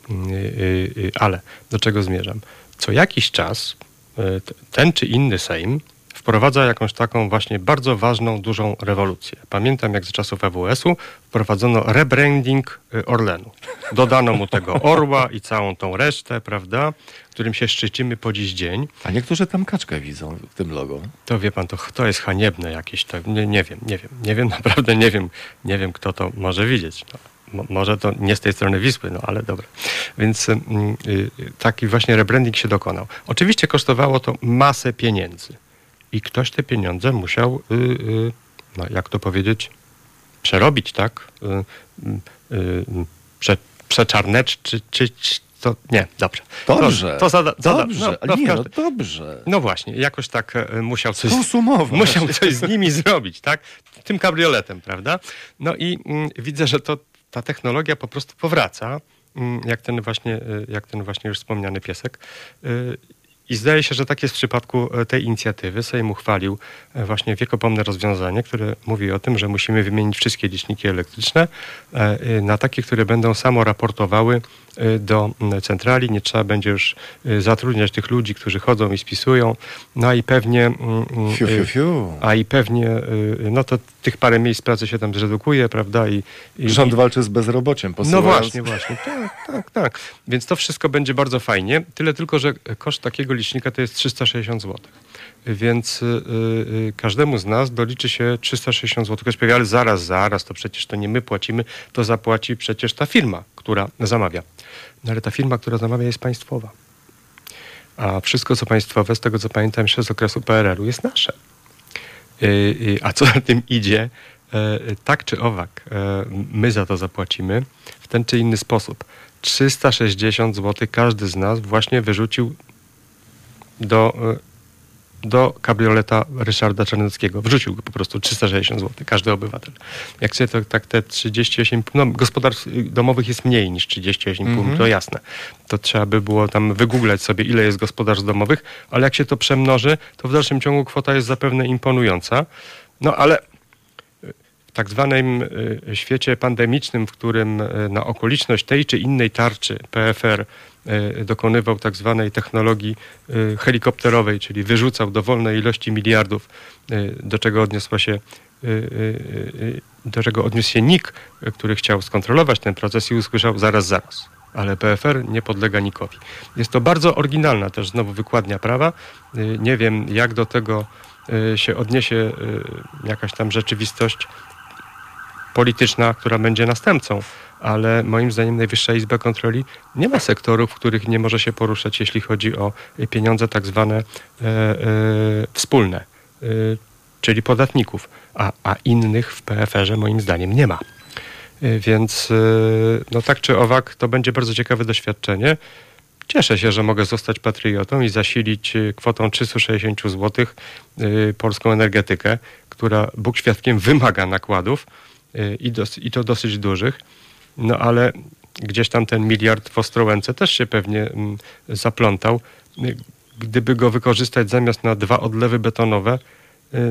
Ale do czego zmierzam? Co jakiś czas ten czy inny Sejm wprowadza jakąś taką właśnie bardzo ważną, dużą rewolucję. Pamiętam, jak z czasów E W S-u wprowadzono rebranding Orlenu. Dodano mu tego orła i całą tą resztę, prawda, którym się szczycimy po dziś dzień. A niektórzy tam kaczkę widzą w tym logo. To wie pan, to, to jest haniebne jakieś. To, nie, nie wiem, nie wiem, nie wiem, naprawdę nie wiem, nie wiem, kto to może widzieć. No. Może to nie z tej strony Wisły, no ale dobra. Więc y, y, taki właśnie rebranding się dokonał. Oczywiście kosztowało to masę pieniędzy. I ktoś te pieniądze musiał, y, y, no jak to powiedzieć, przerobić, tak? Y, y, y, prze, przeczarnecz, czy, czy, czy to... Nie, dobrze. Dobrze, to, to zada, zada, dobrze, no, no, nie, każdy, no dobrze. No właśnie, jakoś tak y, musiał coś... Konsumować. Musiał coś z nimi zrobić, tak? Tym kabrioletem, prawda? No i y, widzę, że to ta technologia po prostu powraca, jak ten właśnie, jak ten właśnie już wspomniany piesek. I zdaje się, że tak jest w przypadku tej inicjatywy. Sejm uchwalił właśnie wiekopomne rozwiązanie, które mówi o tym, że musimy wymienić wszystkie liczniki elektryczne na takie, które będą samo raportowały do centrali. Nie trzeba będzie już zatrudniać tych ludzi, którzy chodzą i spisują. No i pewnie... Fiu, fiu, fiu. A i pewnie, no to tych parę miejsc pracy się tam zredukuje, prawda? I, i Rząd walczy z bezrobociem, posyłając... No właśnie, właśnie. Tak, tak, tak. Więc to wszystko będzie bardzo fajnie. Tyle tylko, że koszt takiego licznika to jest trzysta sześćdziesiąt złotych. Więc yy, każdemu z nas doliczy się trzysta sześćdziesiąt złotych. Ktoś powie, ale zaraz, zaraz, to przecież to nie my płacimy, to zapłaci przecież ta firma, która zamawia. No ale ta firma, która zamawia, jest państwowa. A wszystko, co państwowe, z tego co pamiętam jeszcze z okresu P R L u, jest nasze. Yy, yy, a co za tym idzie, yy, tak czy owak, yy, my za to zapłacimy w ten czy inny sposób. trzysta sześćdziesiąt złotych każdy z nas właśnie wyrzucił do... Yy, do kabrioleta Ryszarda Czarneckiego. Wrzucił go po prostu trzysta sześćdziesiąt złotych, każdy obywatel. Jak sobie to tak te trzydzieści osiem, no gospodarstw domowych jest mniej niż trzydzieści osiem, mm-hmm. to jasne. To trzeba by było tam wygooglać sobie, ile jest gospodarstw domowych, ale jak się to przemnoży, to w dalszym ciągu kwota jest zapewne imponująca. No ale w tak zwanym świecie pandemicznym, w którym na okoliczność tej czy innej tarczy P F R dokonywał tak zwanej technologii helikopterowej, czyli wyrzucał dowolne ilości miliardów, do czego odniosła się, do czego odniósł się N I K, który chciał skontrolować ten proces i usłyszał zaraz, zaraz. Ale P F R nie podlega nikowi. Jest to bardzo oryginalna też znowu wykładnia prawa. Nie wiem, jak do tego się odniesie jakaś tam rzeczywistość polityczna, która będzie następcą, ale moim zdaniem Najwyższa Izba Kontroli nie ma sektorów, w których nie może się poruszać, jeśli chodzi o pieniądze tak zwane e, e, wspólne, e, czyli podatników, a, a innych w P F R-ze moim zdaniem nie ma. E, więc e, no tak czy owak, to będzie bardzo ciekawe doświadczenie. Cieszę się, że mogę zostać patriotą i zasilić kwotą trzysta sześćdziesiąt złotych e, polską energetykę, która Bóg świadkiem wymaga nakładów e, i, dos, i to dosyć dużych. No ale gdzieś tam ten miliard w Ostrołęce też się pewnie mm, zaplątał. Gdyby go wykorzystać zamiast na dwa odlewy betonowe, y,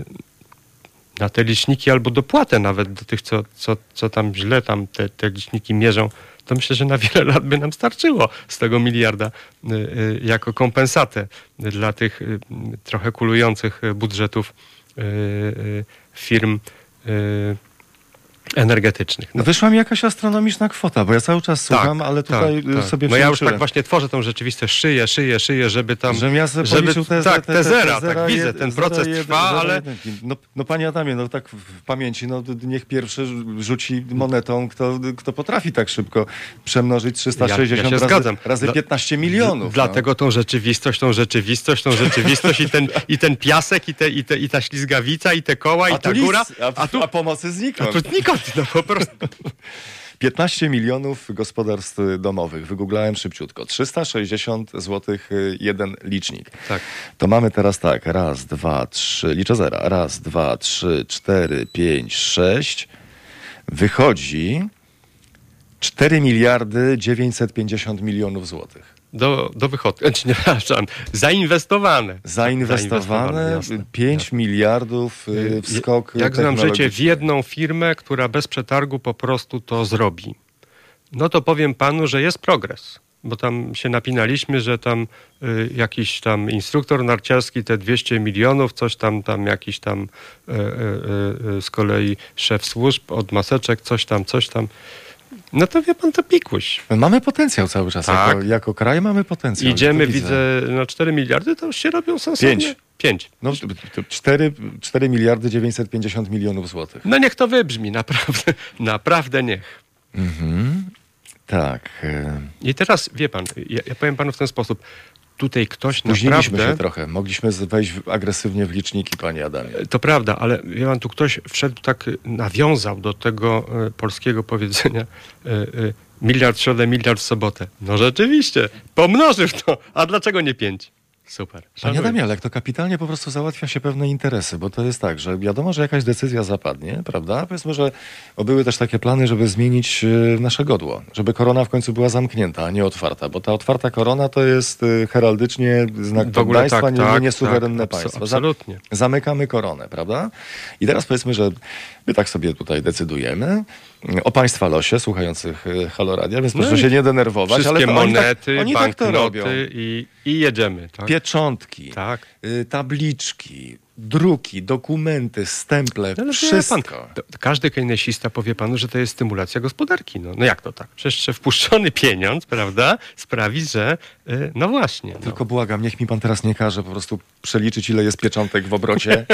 na te liczniki albo dopłatę nawet do tych, co, co, co tam źle tam te, te liczniki mierzą, to myślę, że na wiele lat by nam starczyło z tego miliarda y, y, jako kompensatę dla tych y, trochę kulujących budżetów y, y, firm y, energetycznych. No. Wyszła mi jakaś astronomiczna kwota, bo ja cały czas słucham, tak, ale tutaj tak, sobie tak. No ja już tak właśnie tworzę tą rzeczywistość, szyję, szyję, szyję, żeby tam... Żebym ja sobie żeby, policzył te, tak, te, te, te zera, te zera, tak widzę, jed, ten proces jeden, trwa, zera, ale... No, no panie Adamie, no tak w pamięci, no niech pierwszy rzuci monetą, kto, kto potrafi tak szybko przemnożyć trzysta sześćdziesiąt ja, ja razy, razy piętnaście milionów. Dlatego no. tą rzeczywistość, tą rzeczywistość, tą rzeczywistość i ten, i ten piasek, i, te, i, te, i ta ślizgawica, i te koła, a i ta góra. Nic, a, a, tu, a pomocy znikąd. A tu znikąd, no po prostu... piętnaście milionów gospodarstw domowych. Wygooglałem szybciutko. trzysta sześćdziesiąt złotych jeden licznik. Tak. To mamy teraz tak. Raz, dwa, trzy. Liczę zera. Raz, dwa, trzy, cztery, pięć, sześć. Wychodzi cztery miliardy dziewięćset pięćdziesiąt milionów złotych. Do, do wychodu. Nie, przepraszam. Zainwestowane. Zainwestowane. Jasne, pięć jasne. miliardów y, w skok Jak znam życie w jedną firmę, która bez przetargu po prostu to zrobi. No to powiem panu, że jest progres. Bo tam się napinaliśmy, że tam y, jakiś tam instruktor narciarski te dwieście milionów, coś tam, tam jakiś tam y, y, y, z kolei szef służb od maseczek, coś tam, coś tam. No to wie pan, to pikuś. Mamy potencjał cały czas. Tak. Jako, jako kraj mamy potencjał. Idziemy, widzę, na cztery miliardy, to już się robią sensownie. Pięć. Pięć. No, cztery miliardy dziewięćset pięćdziesiąt milionów złotych. No niech to wybrzmi, naprawdę, naprawdę niech. Mhm. Tak. I teraz, wie pan, ja, ja powiem panu w ten sposób. Tutaj ktoś Spóźniliśmy naprawdę... się trochę. Mogliśmy wejść agresywnie w liczniki, panie Adamie. To prawda, ale wie pan, tu ktoś wszedł tak, nawiązał do tego e, polskiego powiedzenia e, e, miliard w środę, miliard w sobotę. No rzeczywiście, pomnożył to. A dlaczego nie pięć? Super. Panie Adamie, ale jak to kapitalnie po prostu załatwia się pewne interesy, bo to jest tak, że wiadomo, że jakaś decyzja zapadnie, prawda? Powiedzmy, że były też takie plany, żeby zmienić nasze godło, żeby korona w końcu była zamknięta, a nie otwarta, bo ta otwarta korona to jest heraldycznie znak poddaństwa, tak, nie, tak, nie suwerenne tak, państwo. Absolutnie. Zamykamy koronę, prawda? I teraz powiedzmy, że my tak sobie tutaj decydujemy o państwa losie słuchających Halo Radia, więc no proszę się nie denerwować. Wszystkie ale monety, oni tak, oni banknoty tak to robią. I, i jedziemy. Tak? Pieczątki, tak. y, tabliczki, druki, dokumenty, stemple, no, wszystko. Pan, to, to każdy keynesista powie panu, że to jest stymulacja gospodarki. No, no jak to tak? Przecież wpuszczony pieniądz, prawda, sprawi, że y, no właśnie. No. Tylko błagam, niech mi pan teraz nie każe po prostu przeliczyć, ile jest pieczątek w obrocie.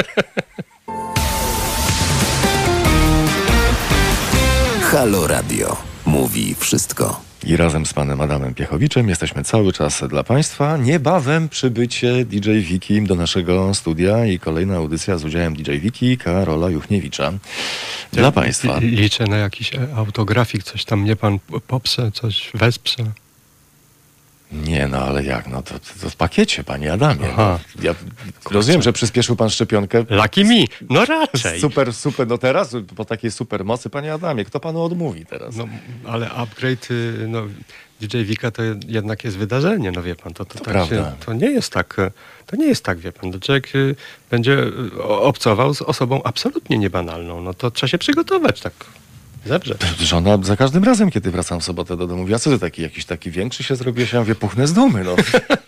Halo Radio. Mówi wszystko. I razem z panem Adamem Piechowiczem jesteśmy cały czas dla państwa. Niebawem przybycie D J Wiki do naszego studia i kolejna audycja z udziałem D J Wiki, Karola Juchniewicza. Dla państwa. Liczę na jakiś autografik, coś tam mnie pan poprze, coś wesprze. Nie, no ale jak? No to, to, to w pakiecie, panie Adamie. No, ja rozumiem, że przyspieszył pan szczepionkę. Lucky me. No raczej. Super, super. No teraz po takiej super mocy, panie Adamie, kto panu odmówi teraz? No, ale upgrade, y, no, D J Wika to jednak jest wydarzenie, no wie pan, to, to, To tak prawda. się, to nie jest tak, to nie jest tak, wie pan, to człowiek y, będzie y, obcował z osobą absolutnie niebanalną, no to trzeba się przygotować, tak, dobrze. Żona za każdym razem, kiedy wracam w sobotę do domu, mówi, a co ty taki, jakiś taki większy się zrobiłeś? Ja mówię, puchnę z dumy, no.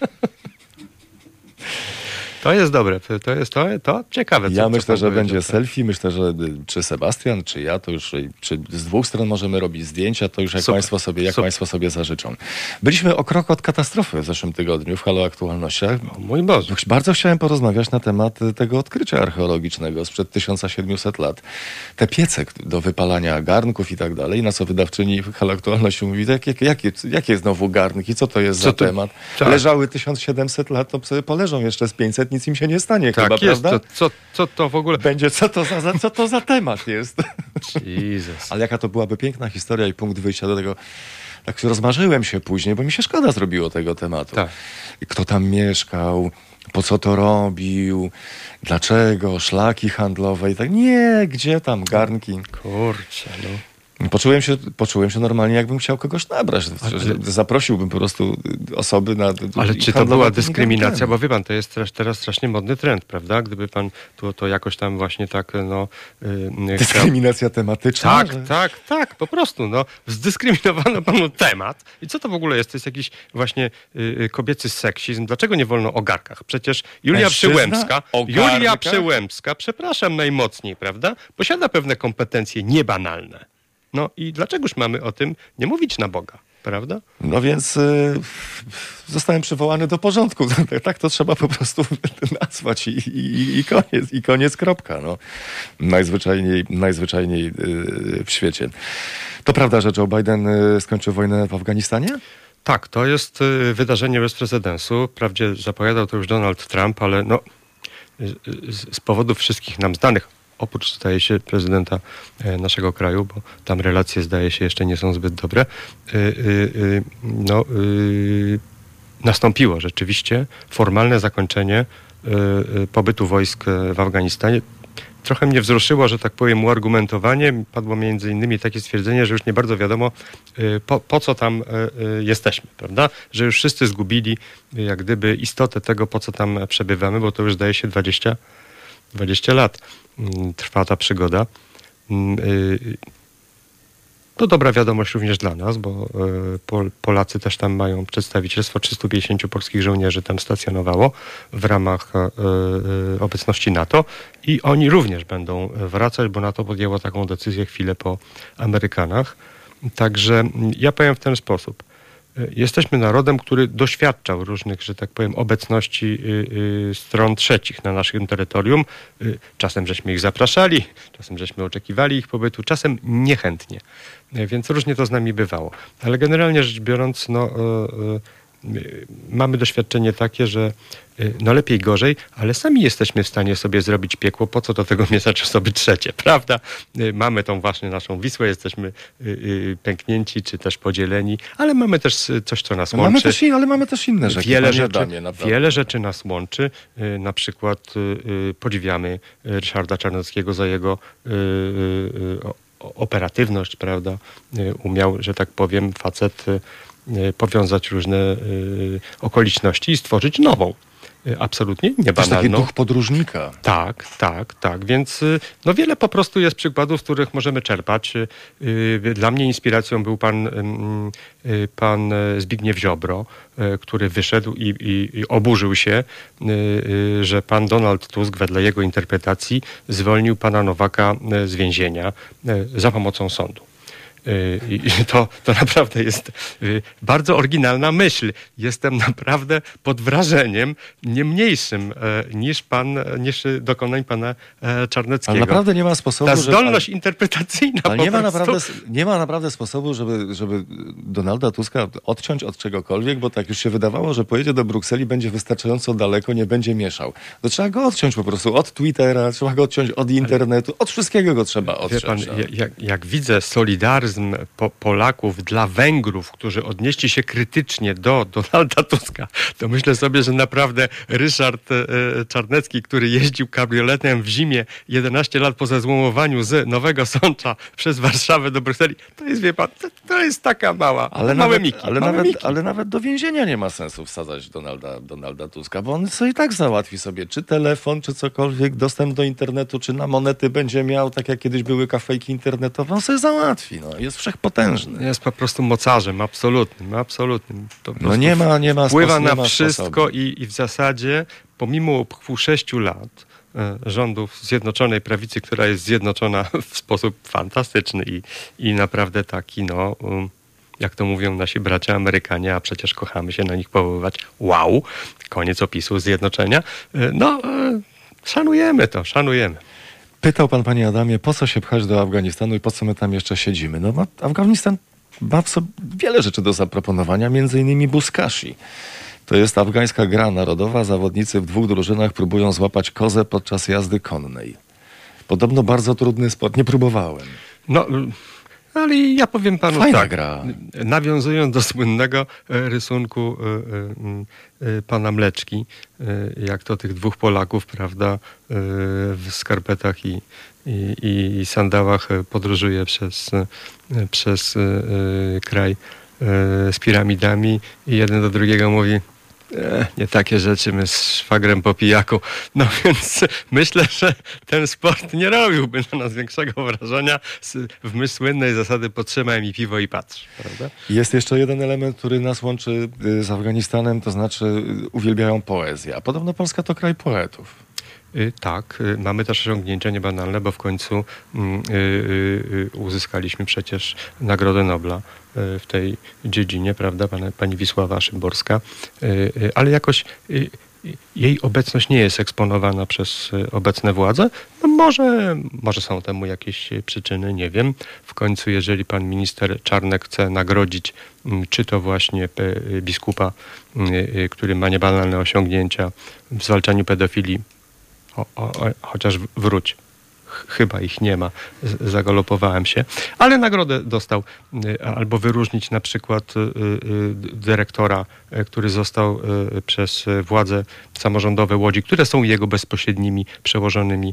To jest dobre, to jest to, to ciekawe. Co, Ja co myślę, pan że powiedział, będzie tak. selfie, myślę, że y, czy Sebastian, czy ja, to już, y, czy z dwóch stron możemy robić zdjęcia, to już jak, Super, państwo sobie, jak super. państwo sobie zażyczą. Byliśmy o krok od katastrofy w zeszłym tygodniu w Halo Aktualnościach. O mój Boże. Bardzo chciałem porozmawiać na temat y, tego odkrycia archeologicznego sprzed tysiąc siedemset lat. Te piece do wypalania garnków i tak dalej, na co wydawczyni Halo Aktualności mówi, jakie, jakie, jakie znowu garnki, co to jest Co za to- temat? tak. Leżały tysiąc siedemset lat, to sobie poleżą jeszcze z pięćset, nic im się nie stanie Tak chyba, jest, prawda? to, co, co to w ogóle... Będzie, co to za, za, co to za temat jest? Jezus. Ale jaka to byłaby piękna historia i punkt wyjścia do tego. Tak rozmarzyłem się później, bo mi się szkoda zrobiło tego tematu. Tak. Kto tam mieszkał, po co to robił, dlaczego, szlaki handlowe i tak. Nie, gdzie tam garnki. Kurczę, no. Poczułem się, poczułem się normalnie, jakbym chciał kogoś nabrać. Ale- Że Zaprosiłbym po prostu osoby na... Ale i czy to handlować była tymi dyskryminacja? garnkami. Bo wie pan, to jest teraz, teraz strasznie modny trend, prawda? Gdyby pan to, to jakoś tam właśnie tak, no... Yy, chciał... Dyskryminacja tematyczna? Tak, że- tak, tak, po prostu, no. Zdyskryminowano panu temat. I co to w ogóle jest? To jest jakiś właśnie yy, kobiecy seksizm. Dlaczego nie wolno o garkach? Przecież Julia Mężczyzna Przyłębska, o Julia garnkach? Przyłębska, przepraszam najmocniej, prawda? Posiada pewne kompetencje niebanalne. No i dlaczegoż mamy o tym nie mówić na Boga, prawda? No więc y, zostałem przywołany do porządku. Tak to trzeba po prostu nazwać i, i, i koniec, i koniec, kropka. No. Najzwyczajniej, najzwyczajniej y, w świecie. To prawda, że Joe Biden y, skończył wojnę w Afganistanie? Tak, to jest y, wydarzenie bez precedensu. Wprawdzie zapowiadał to już Donald Trump, ale no, z, z powodów wszystkich nam znanych, oprócz zdaje się prezydenta e, naszego kraju, bo tam relacje zdaje się jeszcze nie są zbyt dobre, y, y, y, no, y, nastąpiło rzeczywiście formalne zakończenie y, y, pobytu wojsk w Afganistanie. Trochę mnie wzruszyło, że tak powiem, uargumentowanie. Padło między innymi takie stwierdzenie, że już nie bardzo wiadomo, y, po, po co tam y, y, jesteśmy, prawda? Że już wszyscy zgubili y, jak gdyby istotę tego, po co tam przebywamy, bo to już zdaje się dwadzieścia, dwadzieścia lat y, trwa ta przygoda. Y, y, To dobra wiadomość również dla nas, bo y, Pol, Polacy też tam mają przedstawicielstwo, trzystu pięćdziesięciu polskich żołnierzy tam stacjonowało w ramach y, y, obecności NATO i oni również będą wracać, bo NATO podjęło taką decyzję chwilę po Amerykanach. Także ja powiem w ten sposób. Jesteśmy narodem, który doświadczał różnych, że tak powiem, obecności y, y, stron trzecich na naszym terytorium. Y, czasem żeśmy ich zapraszali, czasem żeśmy oczekiwali ich pobytu, czasem niechętnie. Y, więc różnie to z nami bywało. Ale generalnie rzecz biorąc, no, y, y, mamy doświadczenie takie, że y, no lepiej gorzej, ale sami jesteśmy w stanie sobie zrobić piekło, po co do tego mieszać osoby trzecie, prawda? Y, mamy tą właśnie naszą Wisłę, jesteśmy y, y, pęknięci, czy też podzieleni, ale mamy też y, coś, co nas łączy. Mamy też, in- ale mamy też inne rzeczy. Wiele panie rzeczy, Adamie, naprawdę. wiele rzeczy nas łączy. Y, Na przykład y, y, podziwiamy Ryszarda Czarneckiego za jego y, y, o- o- operatywność, prawda? Y, Umiał, że tak powiem, facet y, y, powiązać różne y, okoliczności i stworzyć nową. Y, Absolutnie Też taki niebanalną. duch podróżnika. Tak, tak, tak. Więc y, no wiele po prostu jest przykładów, z których możemy czerpać. Y, y, Dla mnie inspiracją był pan, ym, y, pan y, Zbigniew Ziobro, y, który wyszedł i, i, i oburzył się, y, y, że pan Donald Tusk, wedle jego interpretacji, zwolnił pana Nowaka y, z więzienia y, za pomocą sądu. Y, I to, to naprawdę jest y, bardzo oryginalna myśl. Jestem naprawdę pod wrażeniem nie mniejszym e, niż pan, niż dokonań pana e, Czarneckiego. Ale naprawdę nie ma sposobu, Ta żeby- zdolność interpretacyjna Ale po nie ma, prostu... naprawdę, nie ma naprawdę sposobu, żeby, żeby Donalda Tuska odciąć od czegokolwiek, bo tak już się wydawało, że pojedzie do Brukseli, będzie wystarczająco daleko, nie będzie mieszał. To trzeba go odciąć po prostu od Twittera, trzeba go odciąć od internetu, od wszystkiego go trzeba Wie odciąć. pan, no. jak, jak widzę solidaryzm patriotyzm po, Polaków dla Węgrów, którzy odnieśli się krytycznie do Donalda Tuska, to myślę sobie, że naprawdę Ryszard e, Czarnecki, który jeździł kabrioletem w zimie jedenaście lat po zezłomowaniu z Nowego Sącza przez Warszawę do Brukseli, to jest, wie pan, to, to jest taka mała, ale małe nawet, miki. Ale, małe nawet, miki. ale nawet do więzienia nie ma sensu wsadzać Donalda, Donalda Tuska, bo on sobie i tak załatwi sobie czy telefon, czy cokolwiek, dostęp do internetu, czy na monety będzie miał, tak jak kiedyś były kafejki internetowe, on sobie załatwi. No. Jest wszechpotężny. Jest po prostu mocarzem, absolutnym, absolutnym. To po No nie ma, nie ma wpływa spos- nie na ma wszystko i, i w zasadzie pomimo upływu sześciu lat e, rządów Zjednoczonej Prawicy, która jest zjednoczona w sposób fantastyczny i, i naprawdę taki, no, um, jak to mówią nasi bracia Amerykanie, a przecież kochamy się na nich powoływać. Wow, koniec opisu zjednoczenia. E, no, e, szanujemy to, szanujemy. Pytał pan, panie Adamie, po co się pchać do Afganistanu i po co my tam jeszcze siedzimy? No ma, Afganistan ma w sobie wiele rzeczy do zaproponowania, między innymi Buzkashi. To jest afgańska gra narodowa. Zawodnicy w dwóch drużynach próbują złapać kozę podczas jazdy konnej. Podobno bardzo trudny sport. Nie próbowałem. No, ale ja powiem panu Fajna tak, gra. nawiązując do słynnego e, rysunku e, e, e, pana Mleczki, e, jak to tych dwóch Polaków, prawda, e, w skarpetach i, i, i sandałach podróżuje przez, e, przez e, kraj e, z piramidami i jeden do drugiego mówi: E, nie takie rzeczy, my z szwagrem po pijaku. No więc myślę, że ten sport nie robiłby na nas większego wrażenia w myśl słynnej zasady "potrzymaj mi piwo i patrz", prawda? Jest jeszcze jeden element, który nas łączy y, z Afganistanem, to znaczy y, uwielbiają poezję. A podobno Polska to kraj poetów. Y, tak, y, mamy też osiągnięcia niebanalne, bo w końcu y, y, y, uzyskaliśmy przecież Nagrodę Nobla y, w tej dziedzinie, prawda, pani, pani Wisława Szymborska, y, y, ale jakoś y, jej obecność nie jest eksponowana przez obecne władze. No może, może są temu jakieś przyczyny, nie wiem. W końcu, jeżeli pan minister Czarnek chce nagrodzić czy to właśnie biskupa, który ma niebanalne osiągnięcia w zwalczaniu pedofilii, o, o, o, chociaż wróć. Chyba ich nie ma, zagalopowałem się, ale nagrodę dostał, albo wyróżnić na przykład dyrektora, który został przez władze samorządowe Łodzi, które są jego bezpośrednimi przełożonymi,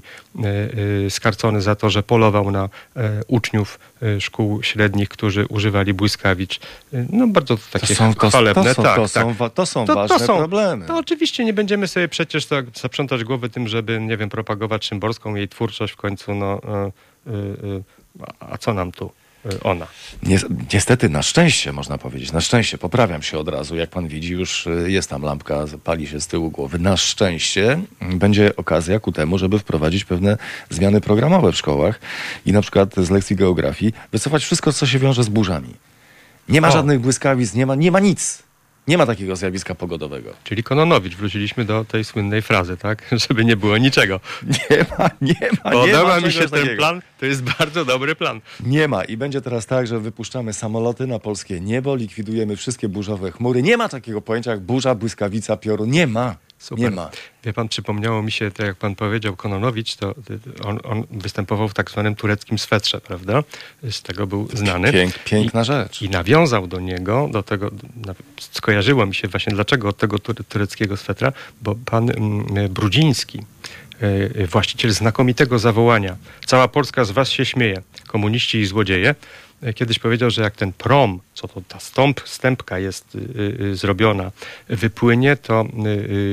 skarcony za to, że polował na uczniów szkół średnich, którzy używali błyskawic. No bardzo to takie to są, to, chwalebne. To są, tak, to tak. są, wa- to są To- to ważne są- problemy. To oczywiście nie będziemy sobie przecież tak zaprzątać głowy tym, żeby, nie wiem, propagować Szymborską, jej twórczość w końcu, no, y, y, y, a co nam tu y, ona? Ni- Niestety, na szczęście można powiedzieć, na szczęście, poprawiam się od razu, jak pan widzi, już y, jest tam lampka, pali się z tyłu głowy. Na szczęście mm, będzie okazja ku temu, żeby wprowadzić pewne zmiany programowe w szkołach i na przykład z lekcji geografii wycofać wszystko, co się wiąże z burzami. Nie ma O. żadnych błyskawic, nie ma, nie ma nic. Nie ma takiego zjawiska pogodowego. Czyli Kononowicz, wróciliśmy do tej słynnej frazy, tak? Żeby nie było niczego. Nie ma, nie ma, nie Podoba ma mi się czegoś ten takiego. plan, to jest bardzo dobry plan. Nie ma i będzie teraz tak, że wypuszczamy samoloty na polskie niebo, likwidujemy wszystkie burzowe chmury. Nie ma takiego pojęcia jak burza, błyskawica, piorun. Nie ma. Super. Nie ma. Wie pan, przypomniało mi się, to jak pan powiedział, Kononowicz, to to on, on występował w tak zwanym tureckim swetrze, prawda? Z tego był znany. Pięk, piękna rzecz. I nawiązał do niego, do tego, na- skojarzyło mi się właśnie, dlaczego od tego tur- tureckiego swetra, bo pan mm, Brudziński, e, właściciel znakomitego zawołania "Cała Polska z was się śmieje, komuniści i złodzieje", e, kiedyś powiedział, że jak ten prom, co to ta stąp, stępka jest y, y, zrobiona, wypłynie, to y,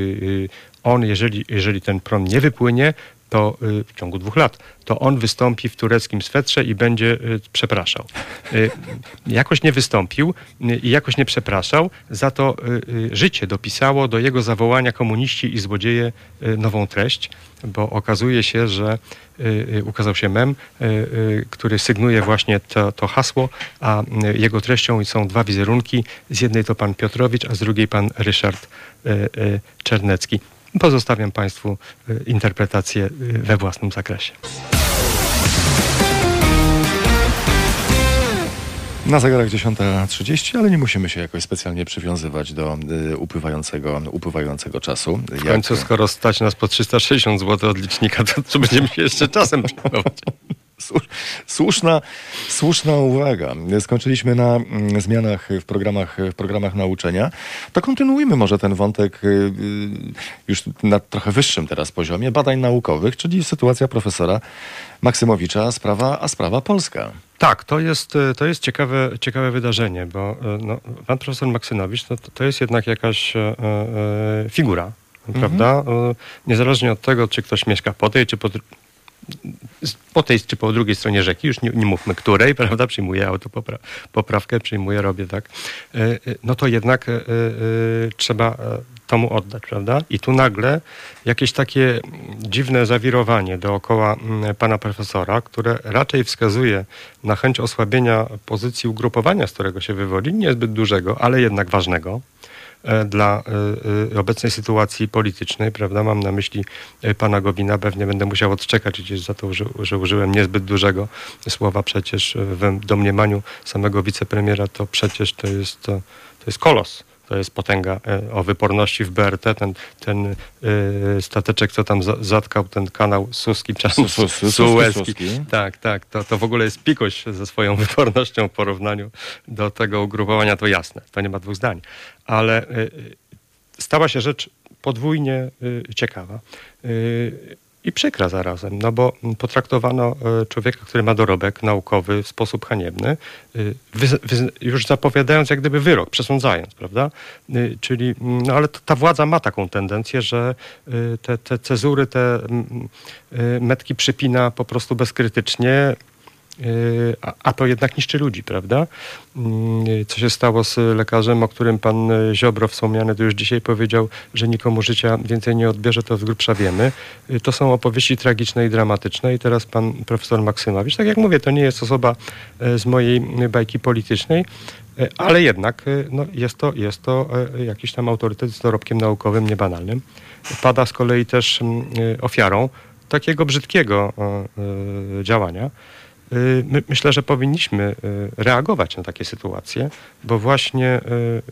y, on, jeżeli, jeżeli ten prom nie wypłynie, to y, w ciągu dwóch lat, to on wystąpi w tureckim swetrze i będzie y, przepraszał. Y, jakoś nie wystąpił y, i jakoś nie przepraszał, za to y, y, życie dopisało do jego zawołania "komuniści i złodzieje" y, nową treść, bo okazuje się, że y, y, ukazał się mem, y, y, który sygnuje właśnie to, to hasło, a y, jego treścią są dwa wizerunki. Z jednej to pan Piotrowicz, a z drugiej pan Ryszard y, y, Czernecki. Pozostawiam państwu y, interpretację y, we własnym zakresie. Na zegarach dziesiąta trzydzieści, ale nie musimy się jakoś specjalnie przywiązywać do y, upływającego, upływającego czasu. W końcu, skoro stać nas po trzysta sześćdziesiąt złotych od licznika, to, to będziemy się jeszcze czasem przejmować. Słuszna, słuszna uwaga. Skończyliśmy na mm, zmianach w programach, w programach nauczania. To kontynuujmy może ten wątek y, już na trochę wyższym teraz poziomie badań naukowych, czyli sytuacja profesora Maksymowicza, a sprawa, a sprawa polska. Tak, to jest, to jest ciekawe, ciekawe wydarzenie, bo no, pan profesor Maksymowicz to, to jest jednak jakaś e, e, figura, mhm. prawda? E, niezależnie od tego, czy ktoś mieszka po tej, czy po po tej czy po drugiej stronie rzeki, już nie, nie mówmy której, prawda, przyjmuję autopoprawkę, przyjmuję, robię tak, no to jednak y, y, trzeba to mu oddać, prawda? I tu nagle jakieś takie dziwne zawirowanie dookoła pana profesora, które raczej wskazuje na chęć osłabienia pozycji ugrupowania, z którego się wywodzi, niezbyt dużego, ale jednak ważnego dla y, obecnej sytuacji politycznej, prawda? Mam na myśli pana Gowina, pewnie będę musiał odczekać gdzieś za to, że, że użyłem niezbyt dużego słowa przecież w domniemaniu samego wicepremiera, to przecież to jest, to jest kolos. To jest potęga o wyporności w B R T, ten, ten yy, stateczek, co tam za, zatkał ten kanał Suski, Suezki. Tak, tak, to, to w ogóle jest pikuś ze swoją wypornością w porównaniu do tego ugrupowania, to jasne, to nie ma dwóch zdań. Ale yy, stała się rzecz podwójnie yy, ciekawa. Yy, I przykra zarazem, no bo potraktowano człowieka, który ma dorobek naukowy w sposób haniebny, wy, wy, już zapowiadając jak gdyby wyrok, przesądzając, prawda? Czyli, no ale ta władza ma taką tendencję, że te, te cezury, te metki przypina po prostu bezkrytycznie, A, a to jednak niszczy ludzi, prawda? Co się stało z lekarzem, o którym pan Ziobro wspomniany tu już dzisiaj powiedział, że nikomu życia więcej nie odbierze, to z grubsza wiemy. To są opowieści tragiczne i dramatyczne i teraz pan profesor Maksymowicz, tak jak mówię, to nie jest osoba z mojej bajki politycznej, ale jednak no, jest, to, jest to jakiś tam autorytet z dorobkiem naukowym niebanalnym. Pada z kolei też ofiarą takiego brzydkiego działania. My, myślę, że powinniśmy reagować na takie sytuacje, bo właśnie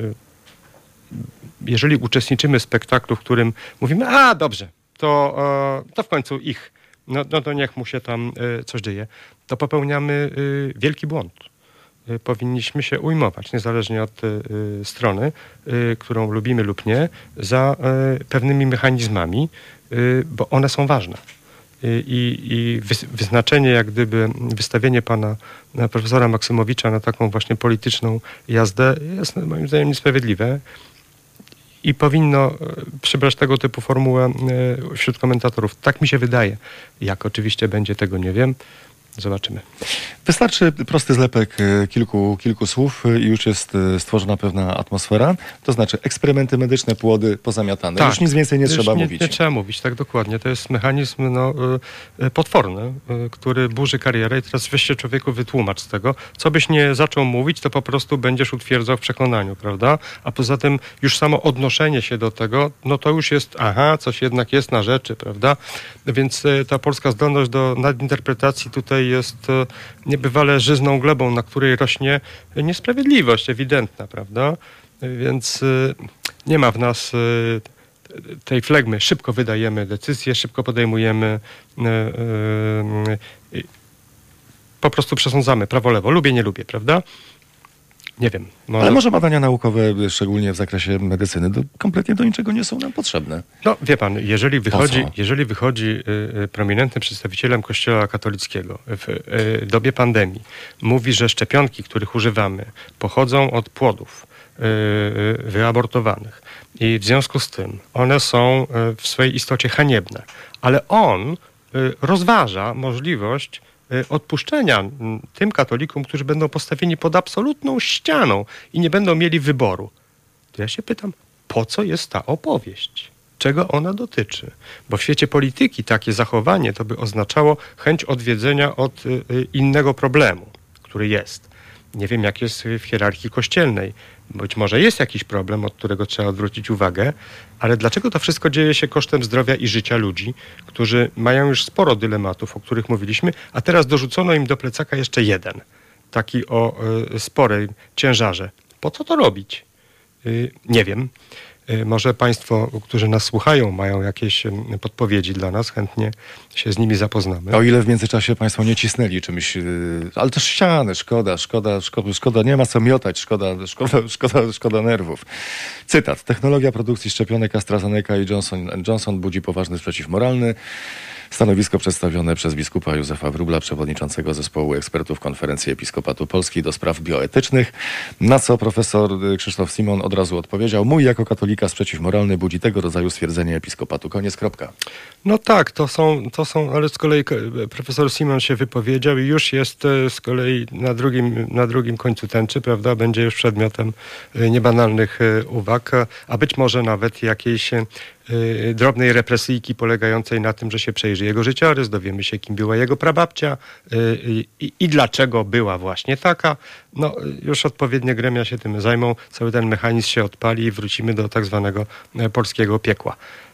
jeżeli uczestniczymy w spektaklu, w którym mówimy, a dobrze, to, to w końcu ich, no, no to niech mu się tam coś dzieje, to popełniamy wielki błąd. Powinniśmy się ujmować, niezależnie od strony, którą lubimy lub nie, za pewnymi mechanizmami, bo one są ważne. I, i wyznaczenie, jak gdyby wystawienie pana profesora Maksymowicza na taką właśnie polityczną jazdę jest moim zdaniem niesprawiedliwe i powinno przybrać tego typu formułę wśród komentatorów. Tak mi się wydaje. Jak oczywiście będzie, tego nie wiem. Zobaczymy. Wystarczy prosty zlepek kilku, kilku słów i już jest stworzona pewna atmosfera. To znaczy eksperymenty medyczne, płody pozamiatane. Tak. Już nic więcej nie już trzeba nie, mówić. Nie trzeba mówić, tak dokładnie. To jest mechanizm no, potworny, który burzy karierę i teraz weź się człowieku wytłumacz z tego. Co byś nie zaczął mówić, to po prostu będziesz utwierdzał w przekonaniu, prawda? A poza tym już samo odnoszenie się do tego, no to już jest, aha, coś jednak jest na rzeczy, prawda? Więc ta polska zdolność do nadinterpretacji tutaj jest niebywale żyzną glebą, na której rośnie niesprawiedliwość ewidentna, prawda? Więc nie ma w nas tej flegmy. Szybko wydajemy decyzje, szybko podejmujemy, po prostu przesądzamy prawo, lewo. Lubię, nie lubię, prawda? Nie wiem. Może... Ale może badania naukowe, szczególnie w zakresie medycyny, do, kompletnie do niczego nie są nam potrzebne. No wie pan, jeżeli wychodzi, jeżeli wychodzi y, y, prominentnym przedstawicielem Kościoła katolickiego w y, dobie pandemii, mówi, że szczepionki, których używamy, pochodzą od płodów y, y, wyabortowanych i w związku z tym one są y, w swojej istocie haniebne, ale on y, rozważa możliwość odpuszczenia tym katolikom, którzy będą postawieni pod absolutną ścianą i nie będą mieli wyboru. To ja się pytam, po co jest ta opowieść? Czego ona dotyczy? Bo w świecie polityki takie zachowanie to by oznaczało chęć odwiedzenia od innego problemu, który jest. Nie wiem, jak jest w hierarchii kościelnej. Być może jest jakiś problem, od którego trzeba odwrócić uwagę, ale dlaczego to wszystko dzieje się kosztem zdrowia i życia ludzi, którzy mają już sporo dylematów, o których mówiliśmy, a teraz dorzucono im do plecaka jeszcze jeden, taki o y, sporej ciężarze. Po co to robić? Y, nie wiem. Może Państwo, którzy nas słuchają, mają jakieś podpowiedzi dla nas, chętnie się z nimi zapoznamy. O ile w międzyczasie Państwo nie cisnęli czymś, ale też ściany, szkoda, szkoda, szkoda, szkoda, nie ma co miotać, szkoda, szkoda, szkoda, szkoda nerwów. Cytat. Technologia produkcji szczepionek AstraZeneca i Johnson and Johnson budzi poważny sprzeciw moralny. Stanowisko przedstawione przez biskupa Józefa Wróbla, przewodniczącego zespołu ekspertów Konferencji Episkopatu Polski do spraw bioetycznych, na co profesor Krzysztof Simon od razu odpowiedział: mój jako katolika sprzeciw moralny budzi tego rodzaju stwierdzenie episkopatu. Koniec, kropka. No tak, to są, to są, ale z kolei profesor Simon się wypowiedział i już jest z kolei na drugim, na drugim końcu tęczy, prawda, będzie już przedmiotem niebanalnych uwag, a być może nawet jakiejś drobnej represyjki polegającej na tym, że się przejrzy jego życiorys, dowiemy się, kim była jego prababcia i, i, i dlaczego była właśnie taka. No, już odpowiednie gremia się tym zajmą, cały ten mechanizm się odpali i wrócimy do tak zwanego polskiego piekła.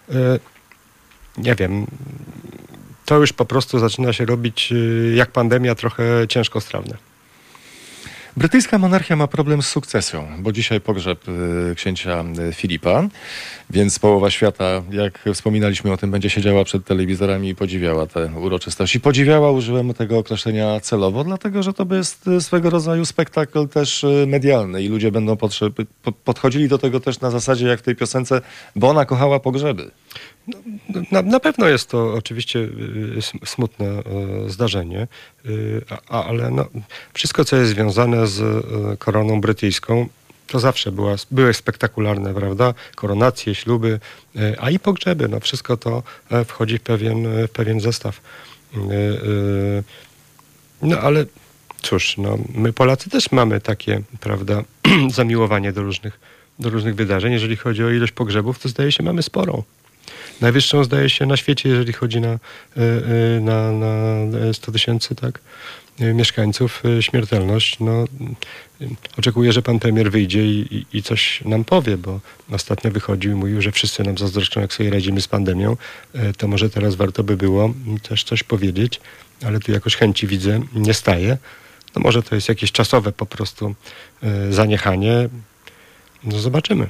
Nie wiem, to już po prostu zaczyna się robić jak pandemia, trochę ciężkostrawne. Brytyjska monarchia ma problem z sukcesją, bo dzisiaj pogrzeb y, księcia Filipa, więc połowa świata, jak wspominaliśmy o tym, będzie siedziała przed telewizorami i podziwiała te uroczystości. Podziwiała, użyłem tego określenia celowo, dlatego że to jest swego rodzaju spektakl też medialny i ludzie będą potrzeb- po- podchodzili do tego też na zasadzie jak w tej piosence, bo ona kochała pogrzeby. No, na, na pewno jest to oczywiście y, smutne y, zdarzenie, y, a, ale no, wszystko, co jest związane z y, koroną brytyjską, to zawsze była, były spektakularne, prawda? Koronacje, śluby, y, a i pogrzeby. No, wszystko to y, wchodzi w pewien, w pewien zestaw. Y, y, no ale cóż, no, my Polacy też mamy takie, prawda, zamiłowanie do różnych, do różnych wydarzeń. Jeżeli chodzi o ilość pogrzebów, to zdaje się mamy sporą. Najwyższą zdaje się na świecie, jeżeli chodzi na, na, na sto tysięcy tak, mieszkańców, śmiertelność. No, oczekuję, że pan premier wyjdzie i, i, i coś nam powie, bo ostatnio wychodził i mówił, że wszyscy nam zazdroszczą, jak sobie radzimy z pandemią. To może teraz warto by było też coś powiedzieć, ale tu jakoś chęci widzę, nie staje. No może to jest jakieś czasowe po prostu zaniechanie. No zobaczymy.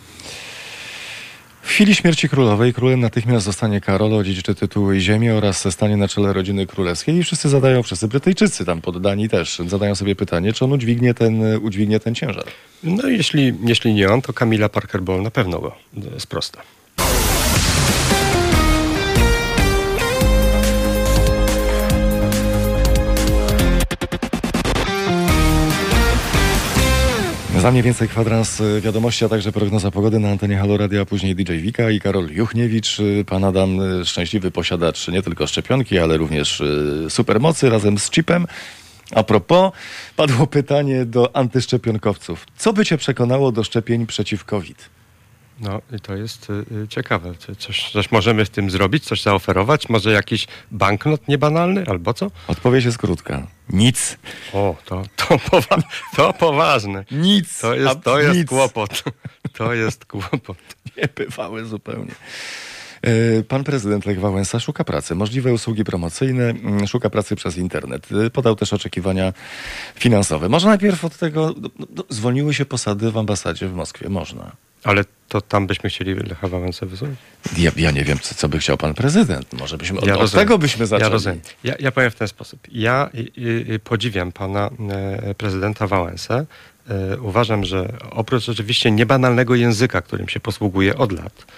W chwili śmierci królowej królem natychmiast zostanie Karol, odziedziczy tytuły i ziemię oraz stanie na czele rodziny królewskiej i wszyscy zadają, wszyscy Brytyjczycy tam poddani też, zadają sobie pytanie, czy on udźwignie ten, udźwignie ten ciężar. No jeśli, jeśli nie on, to Camilla Parker Bowles na pewno go sprosta. Za mniej więcej kwadrans wiadomości, a także prognoza pogody na antenie Halo Radia, a później D J Wika i Karol Juchniewicz. Pan Adam, szczęśliwy posiadacz nie tylko szczepionki, ale również supermocy razem z chipem. A propos, padło pytanie do antyszczepionkowców. Co by cię przekonało do szczepień przeciw COVID? No i to jest y, ciekawe. Coś, coś możemy w tym zrobić, coś zaoferować? Może jakiś banknot niebanalny albo co? Odpowiedź jest krótka. Nic. O, to, to, powa- to poważne. Nic. To jest, to nic. jest kłopot. To jest kłopot. Niebywały zupełnie. Pan prezydent Lech Wałęsa szuka pracy. Możliwe usługi promocyjne, szuka pracy przez internet. Podał też oczekiwania finansowe. Może najpierw od tego, no, no, zwolniły się posady w ambasadzie w Moskwie. Można. Ale to tam byśmy chcieli Lecha Wałęsę wysłać? Ja, ja nie wiem, co, co by chciał pan prezydent. Może byśmy od, ja od tego byśmy zaczęli. Ja rozumiem. Ja, ja powiem w ten sposób. Ja y, y, podziwiam pana y, prezydenta Wałęsę. Y, uważam, że oprócz oczywiście niebanalnego języka, którym się posługuje od lat,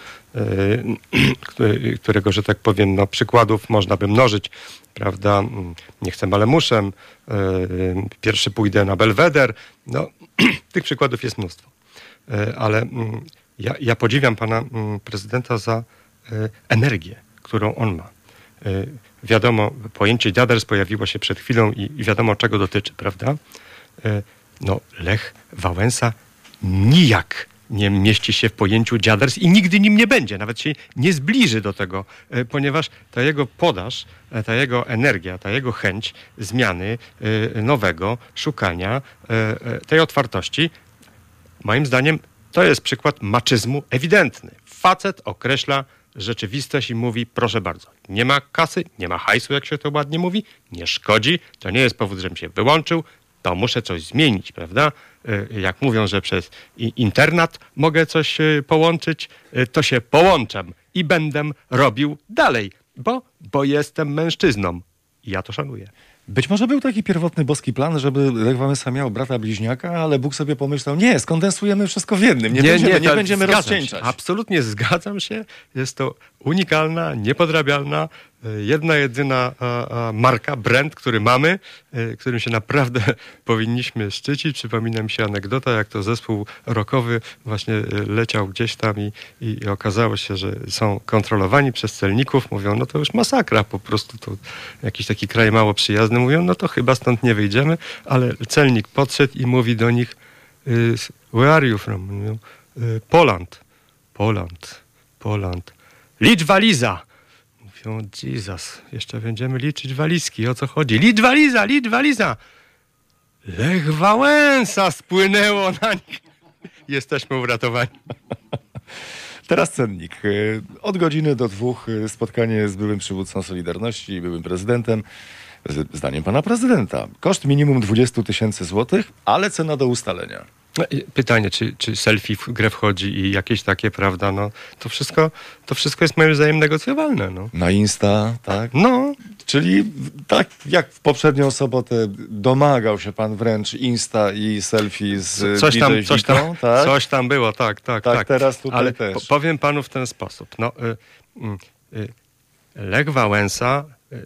y, którego, że tak powiem, no, przykładów można by mnożyć, prawda? Nie chcę, ale muszę. Y, pierwszy pójdę na Belweder. No, tych przykładów jest mnóstwo. Ale ja, ja podziwiam pana prezydenta za energię, którą on ma. Wiadomo, pojęcie dziaders pojawiło się przed chwilą i, i wiadomo, czego dotyczy, prawda? No, Lech Wałęsa nijak nie mieści się w pojęciu dziaders i nigdy nim nie będzie, nawet się nie zbliży do tego, ponieważ ta jego podaż, ta jego energia, ta jego chęć zmiany nowego, szukania tej otwartości, moim zdaniem to jest przykład maczyzmu ewidentny. Facet określa rzeczywistość i mówi, proszę bardzo, nie ma kasy, nie ma hajsu, jak się to ładnie mówi, nie szkodzi, to nie jest powód, żebym się wyłączył, to muszę coś zmienić, prawda? Jak mówią, że przez internat mogę coś połączyć, to się połączam i będę robił dalej, bo, bo jestem mężczyzną. I ja to szanuję. Być może był taki pierwotny boski plan, żeby Lech Wałęsa miał brata bliźniaka, ale Bóg sobie pomyślał, nie, skondensujemy wszystko w jednym, nie, nie będziemy, nie, nie będziemy rozcieńczać. Się, absolutnie zgadzam się. Jest to unikalna, niepodrabialna, jedna, jedyna a, a, marka, brand, który mamy, y, którym się naprawdę powinniśmy szczycić. Przypomina mi się anegdota, jak to zespół rockowy właśnie leciał gdzieś tam i, i okazało się, że są kontrolowani przez celników. Mówią, no to już masakra, po prostu to jakiś taki kraj mało przyjazny. Mówią, no to chyba stąd nie wyjdziemy, ale celnik podszedł i mówi do nich, where are you from? Mówią, Poland. Poland. Poland. Licz waliza. Mówią, Jesus, jeszcze będziemy liczyć walizki. O co chodzi? Licz waliza, licz waliza. Lech Wałęsa spłynęło na nich. Jesteśmy uratowani. Teraz cennik. Od godziny do dwóch spotkanie z byłym przywódcą Solidarności, byłym prezydentem. Zdaniem pana prezydenta. Koszt minimum dwadzieścia tysięcy złotych, ale cena do ustalenia. Pytanie, czy, czy selfie w grę wchodzi i jakieś takie, prawda, no to wszystko, to wszystko jest moim zdaniem negocjowalne. No. Na Insta, tak? No. Czyli tak jak w poprzednią sobotę domagał się pan wręcz Insta i selfie z coś tam, D J coś Witą, tam, tak? Coś tam było, tak, tak, tak. tak. teraz tutaj Ale też. Po, powiem panu w ten sposób. No, y, y, y, Lech Wałęsa,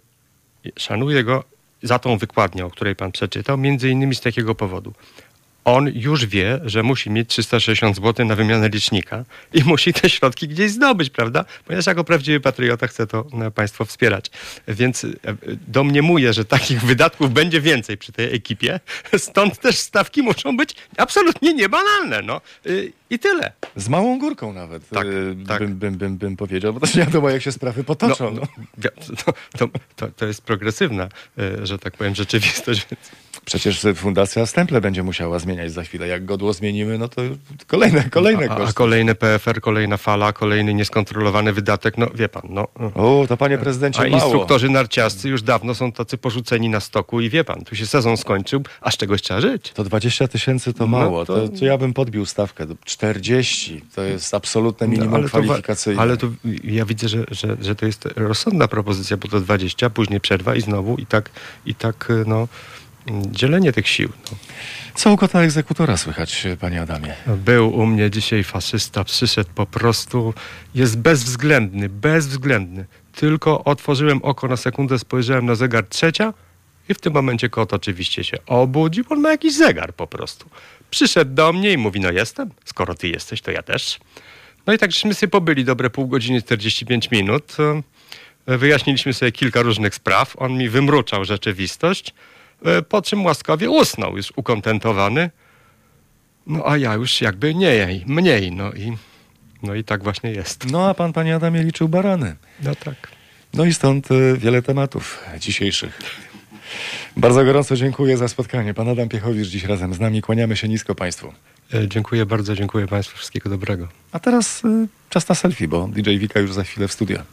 y, szanuję go za tą wykładnię, o której pan przeczytał, między innymi z takiego powodu. On już wie, że musi mieć trzysta sześćdziesiąt złotych na wymianę licznika i musi te środki gdzieś zdobyć, prawda? Ponieważ jako prawdziwy patriota chce to państwo wspierać. Więc domniemuję, że takich wydatków będzie więcej przy tej ekipie. Stąd też stawki muszą być absolutnie niebanalne. No. I tyle. Z małą górką nawet, tak, bym, tak. Bym, bym, bym, bym powiedział, bo to nie wiadomo, jak się sprawy potoczą. No, no, to, to, to, to jest progresywna, że tak powiem, rzeczywistość. Przecież Fundacja Stemple będzie musiała zmieniać za chwilę. Jak godło zmienimy, no to kolejne, kolejne a, koszty. A kolejny P F R, kolejna fala, kolejny nieskontrolowany wydatek, no wie pan, no. O, to panie prezydencie, A mało. instruktorzy narciarscy już dawno są tacy porzuceni na stoku i wie pan, tu się sezon skończył, a z czegoś trzeba żyć. To dwadzieścia tysięcy to mało. No to... To, to ja bym podbił stawkę do czterdzieści. To jest absolutne minimum no, ale kwalifikacyjne. To, ale to ja widzę, że, że, że to jest rozsądna propozycja, bo to dwadzieścia, później przerwa i znowu i tak, i tak no, dzielenie tych sił. No. Co u kota egzekutora słychać, panie Adamie? Był u mnie dzisiaj faszysta, przyszedł po prostu, jest bezwzględny, bezwzględny. Tylko otworzyłem oko na sekundę, spojrzałem na zegar trzecia i w tym momencie kot oczywiście się obudził, on ma jakiś zegar po prostu. Przyszedł do mnie i mówi, no jestem, skoro ty jesteś, to ja też. No i tak żeśmy sobie pobyli dobre pół godziny, czterdzieści pięć minut. Wyjaśniliśmy sobie kilka różnych spraw, on mi wymruczał rzeczywistość, po czym łaskawie usnął, już ukontentowany. No a ja już jakby nie, mniej, no i, no i tak właśnie jest. No a pan, panie Adamie, liczył barany. No tak. No i stąd y, wiele tematów dzisiejszych. Bardzo gorąco dziękuję za spotkanie. Pan Adam Piechowicz dziś razem z nami. Kłaniamy się nisko państwu. E, dziękuję bardzo, dziękuję państwu. Wszystkiego dobrego. A teraz y, czas na selfie, bo D J Wika już za chwilę w studio.